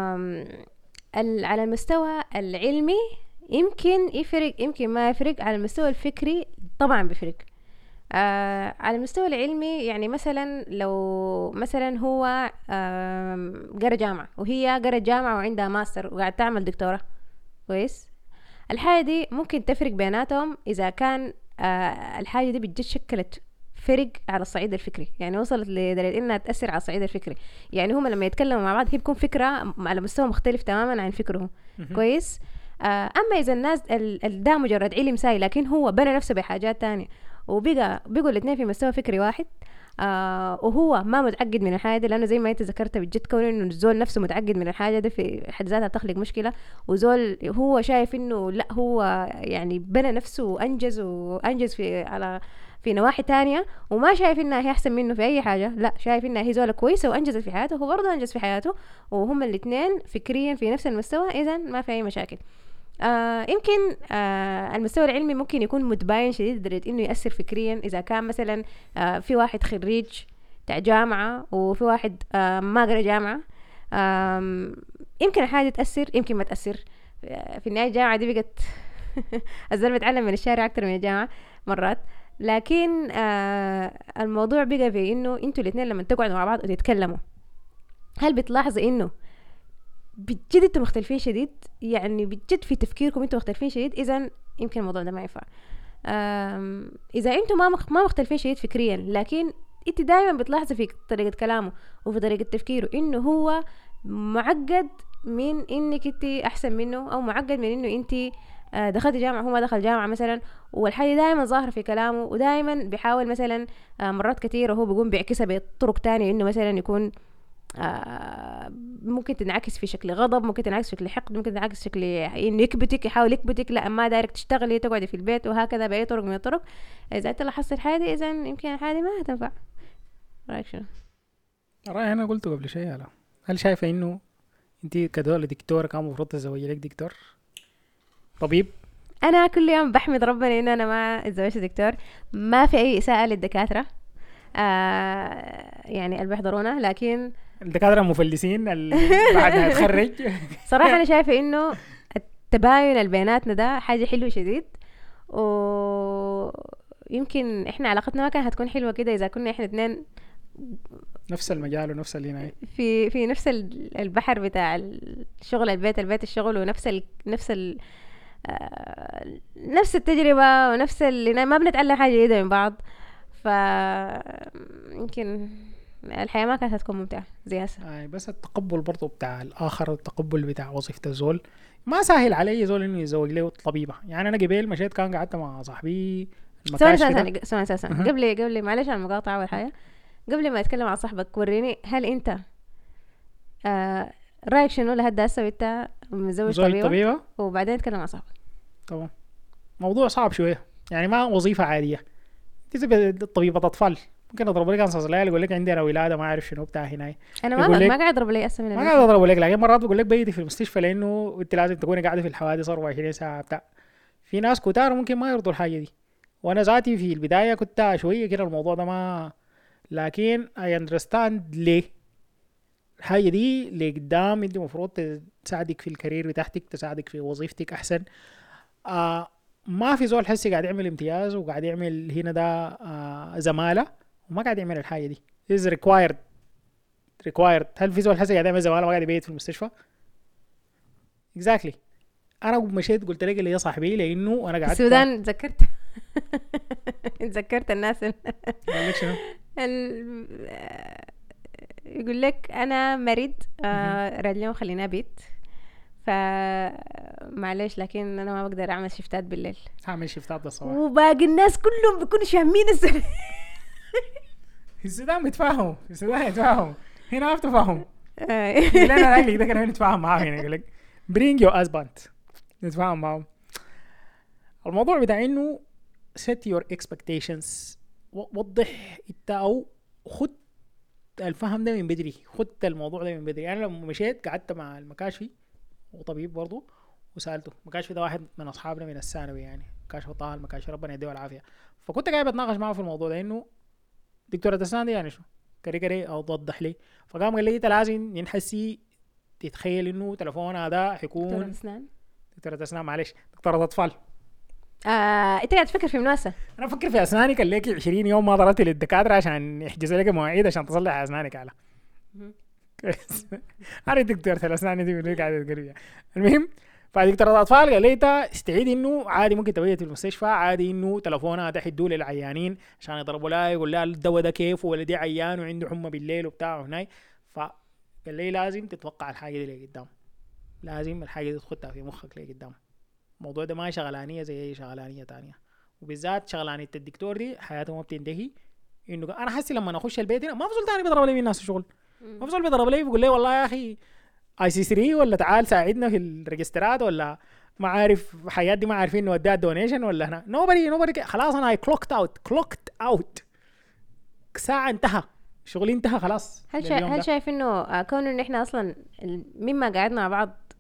على المستوى العلمي يمكن يفرق يمكن ما يفرق، على المستوى الفكري طبعا بيفرق. على المستوى العلمي يعني مثلا لو مثلا هو قرأ جامعة وهي قرأت جامعة وعندها ماستر وقاعد تعمل دكتوراه كويس، الحاجة دي ممكن تفرق بيناتهم إذا كان الحاجة دي بجد شكلت فرق على الصعيد الفكري، يعني وصلت لدرجة إنها تأثر على الصعيد الفكري. يعني هما لما يتكلموا مع بعض هي بتكون فكرة على مستوى مختلف تماما عن فكرهم كويس. أما إذا الناس ده مجرد علم ساي لكن هو بنى نفسه بحاجات تانية وبيقوا الاثنين في مستوى فكري واحد، وهو ما متعقد من الحاجة دي، لأنه زي ما انت ذكرت بجد كون انه الزول نفسه متعقد من الحاجة دي في حد ذاتها بتخلق مشكلة، وزول هو شايف انه لا هو يعني بنى نفسه وانجز في نواحي تانية وما شايف انها هي احسن منه في اي حاجة، لا شايف انها هي زولة كويسة وانجزت في حياته وهو برضه انجز في حياته، وهم الاثنين فكريا في نفس المستوى، اذا ما في اي مشاكل. يمكن المستوى العلمي ممكن يكون متباين شديد لدرجة انه يأثر فكريا. اذا كان مثلا في واحد خريج بتاع جامعة وفي واحد ما قرأ جامعة، يمكن الحاجة تأثر يمكن ما تأثر. في النهاية الجامعة دي بقت الزلمة بيتعلم من الشارع أكتر من الجامعة مرات. لكن الموضوع بقى في انه انتوا الاثنين لما تقعدوا مع بعض وتتكلموا، هل بتلاحظوا انه بجد انتوا مختلفين شديد؟ يعني بجد في تفكيركم انتوا مختلفين شديد، اذا يمكن الموضوع ده ما ينفع. اذا انتوا ما مختلفين شديد فكريا، لكن انت دائما بتلاحظي في طريقة كلامه وفي طريقة تفكيره انه هو معقد من انك انت احسن منه، او معقد من انه انت دخلت جامعة هو ما دخل جامعة مثلا، والحاجة دائما ظاهرة في كلامه، ودائما بيحاول مثلا مرات كثيرة هو بيقوم بيعكسها بطرق تانية، انه مثلا يكون ممكن تنعكس في شكل غضب، ممكن تنعكس في شكل حقد، ممكن تنعكس في شكل انه يكبتك، يحاول يكبتك، لا ما دايرك تشتغلي تقعدي في البيت، وهكذا بأي طرق من الطرق. اذا انت لاحظت الحاجة دي، اذا يمكن الحاجة دي ما هتنفع. رايك شنو؟ رأيي أنا قلته قبل شيء. هل شايفة إنه أنت كدولة دكتورة كان المفروض تزوجي لك دكتور طبيب؟ انا كل يوم بحمد ربنا ان انا ما اتزوجت دكتور. ما في اي اساءة للدكاترة يعني اللي بيحضرونا، لكن الدكاترة المفلسين بعد ما يتخرج صراحة انا شايفة انه التباين اللي بيناتنا ده حاجة حلوة شديد، ويمكن احنا علاقتنا ما كانت هتكون حلوة كده اذا كنا احنا اتنين نفس المجال ونفس الهنا في نفس البحر بتاع الشغل، البيت الشغل، ونفس نفس التجربة، ونفس اللي ما بنتعلم حاجة جديدة من بعض. يمكن الحياة ما كانت هتكون ممتعة زي هسه. بس التقبل برضو بتاع الآخر، التقبل بتاع وظيفة الزول ما سهل علي زول إنه يزوج له طبيبة. يعني أنا قبل مشيت كان قعدت مع صاحبي سؤال أساسا قبل معلش على المقاطعة أول حاجة، قبل ما أتكلم عن صاحبك وريني هل أنت رأيك شنو لهدا هسه وأنت متزوج طبيبة وبعدين نتكلم عن صاحبك. طبعا موضوع صعب شوية، يعني ما وظيفة عادية. تجي طبيبة أطفال ممكن أضرب لك أنصاص ليالي يقول لك عندي أنا ولادة ما أعرف شنو بتاع هنا. أنا ما قاعد أضرب لي أسا من ما قاعد أضرب لك، لكن مرات بقول لك بيتي في المستشفى لأنه أنت لازم تكوني قاعدة في الحوادث 24 ساعة بتاع. في ناس كتار ممكن ما يرضوا الحاجة دي، وأنا ذاتي في البداية كنت شوية كده الموضوع ده ما، لكن I understand ليه الحاجة دي لقدام انت مفروض تساعدك في الكارير بتاعتك، تساعدك في وظيفتك أحسن. ما في زول حسي قاعد يعمل امتياز وقاعد يعمل هنا ده زمالة وما قاعد يعمل الحاجة دي. is required. هل في زول حسي قاعد يعمل زمالة ما قاعد يبيت في المستشفى؟ exactly. أنا مشيت قلت لك اللي هي صاحبي لأنه أنا قاعد السودان تذكرت الناس يقول لك شنو؟ يقول لك أنا مريض اليوم خلينا بيت، فمعليش لكن أنا ما بقدر أعمل شفتات بالليل. هعمل شفتات الصباح وباقي الناس كلهم بيكونوا فاهمين السودان بيتفاهموا، هنا ما بتفاهم. لأن أنا قال لي ده كنا نتفاهم معاه هنا. يقول لك bring your husband نتفاهم معهم. الموضوع بتاع إنه set your expectations، وضح انت أو خد الفهم ده من بدري، خد الموضوع ده من بدري. يعني لما مشيت قعدت مع المكاشفي وطبيب برضو وسألته. المكاشفي ده واحد من أصحابنا من الثانوي، يعني مكاشفي طه المكاشفي ربنا يديه العافية. فكنت قاعد بتناقش معه في الموضوع ده إنه دكتورة أسنان دي يعني شو كري أو توضح لي. فقام قال لي أنت لازم ينحسي تتخيل إنه تلفونها ده حيكون دكتورة أسنان معلش دكتورة أطفال. انت قاعد تفكر في مناسبة. انا افكر في اسناني. كان لك 20 يوم ما ضربت للدكاتره عشان يحجز لك مواعيد عشان تصلح اسنانك على عارف دكتور الاسنان دي اللي قاعد تقريبا. المهم فدكتور الاطفال قال لي انت استعيد انه عادي ممكن تبيت في المستشفى، عادي انه تلفونها ده حيدوه للعيانين عشان يضربوا لها يقول لها الدواء ده كيف ولا دي عيان وعنده حمى بالليل وبتاع هناي. فقال لي لازم تتوقع الحاجه دي لقدام، لازم الحاجه دي تخطها في مخك لقدام. الموضوع ده ما شغلانيه زي اي شغلانيه تانية، وبالذات شغلانيه الدكتور دي حياته ما بتنتهي. انه انا حاسس لما اخش البيت هنا ما في زول تاني بيضرب لي من الناس الشغل، ما في زول بيضرب لي بيقول لي والله يا اخي اي سي 3 ولا تعال ساعدنا في الريجسترات ولا ما عارف حياتي دي ما عارفين نوديها دونيشن ولا هنا نوبري خلاص انا كلوكت اوت ساعه انتهى شغلي انتهى خلاص. هل شايف انه كون ان احنا اصلا مما قعدنا مع بعض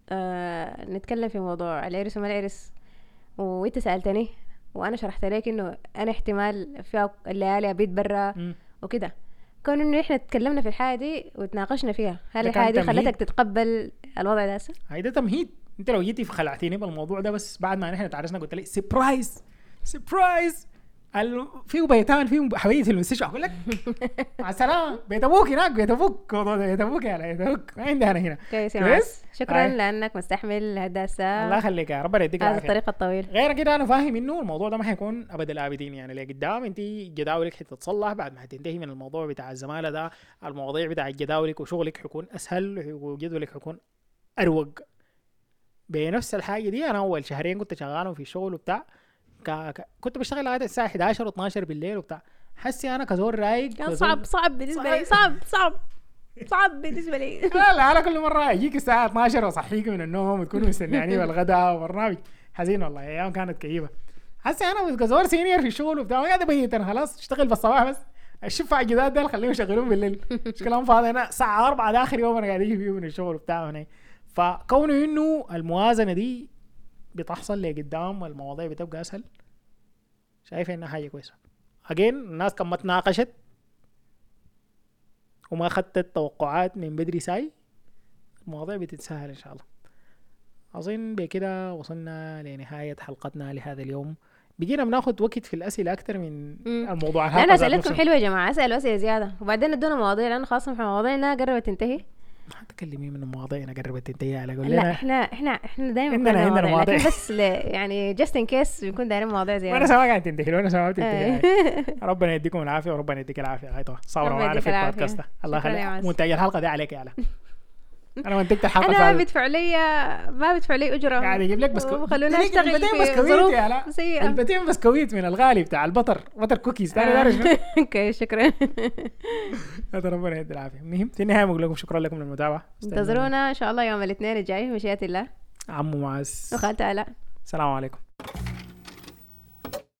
نتكلم في موضوع العرس وما العرس، وانت سألتني وانا شرحت لك انه انا احتمال في الليالي ابيت برا وكده. كون انه احنا تكلمنا في الحاجه دي وتناقشنا فيها، هل ده كان الحاجه دي تمهيد. خلتك تتقبل الوضع ده هسه؟ هاي ده تمهيد. انت لو جيتي خلعتيني بالموضوع ده بس بعد ما نحن تعرسنا قلت لي سيربرايز سيربرايز، فيه بيتان فيه حبايبي في المستشفى، اقول لك مع السلامه، بيت ابوك هناك، بيت ابوك، موضوع ده بيت ابوك، يا بيت ابوك ما عندي انا هنا. كويس يا كويس؟ معز، شكرا هاي. لانك مستحمل هداسه الله يخليك يا ربنا يديك هذا العافيه. الطريق الطويل. غير كده انا فاهم انه الموضوع ده ما حيكون ابد الابدين، يعني لقدام انت جداولك حتتصلح بعد ما حتنتهي من الموضوع بتاع الزماله ده، المواضيع بتاع جداولك وشغلك حيكون اسهل وجدولك حيكون اروق. بنفس الحاجه دي انا اول شهرين كنت شغالهم في الشغل وبتاع، كنت بشتغل لغايه الساعه 11 و12 بالليل وبتاع، حسي انا كزور رايق كان صعب بالنسبه لي، صعب بالنسبه لي. لا انا كل مره اجيك الساعه 12 واصحيك من النوم وتكونوا مستنياني بالغداء وبرنامج حزين والله، ايام كانت كئيبه. حسي انا كزور سينيور في الشغل وبتاع، قاعد ابيت انا خلاص اشتغل بالصباح بس، الشفع الجداد ده خليهم يشغلون بالليل، مش كلام فاضي. انا الساعه 4 ده اخر يوم انا قاعد اجي فيه من الشغل وبتاع هنا. فكونه انه الموازنه دي بتحصل لقدام والمواضيع بتبقى اسهل، شايف انها حاجه كويسه. اجين الناس كم ما تناقشت وما اخذت التوقعات من بدري ساي، المواضيع بتتسهل ان شاء الله. اظن بكده وصلنا لنهايه حلقتنا لهذا اليوم. بقينا بناخد وقت في الاسئله اكتر من الموضوع. انا اسئلتكم حلوه يا جماعه، اسالوا اسئله زياده وبعدين ادونا مواضيع، لانه خاصه في مواضيعنا قربت تنتهي. ما تكلمي من مواضيعنا قربت تنتهي على قول لا لنا. احنا دائما عندنا مواضيع بس يعني جاست ان كيس بنكون دايرين مواضيع زياده. وانا سامع قاعد تنتهي وانا سامع بتنتهي. ربنا يديكم العافيه وربنا يديك العافيه. هاي طبعا صوروا معنا في البودكاست ده. الله يخليك، منتج الحلقه دي عليك يا علا. انا منتجت الحلقه انا ما بدفع لي اجره، قاعد اجيب لك بسكويت، خلونا نشتغل في ظروف سيئه. البتين بسكويت من الغالي بتاع البطر كوكيز تاني شنو. اوكي شكرا. هذا ربنا يدي العافيه. المهم في النهايه بقول لكم شكرا لكم للمتابعه. انتظرونا ان شاء الله يوم الاثنين الجاي مشيئه الله. عمو معز وخالته آلاء. السلام عليكم.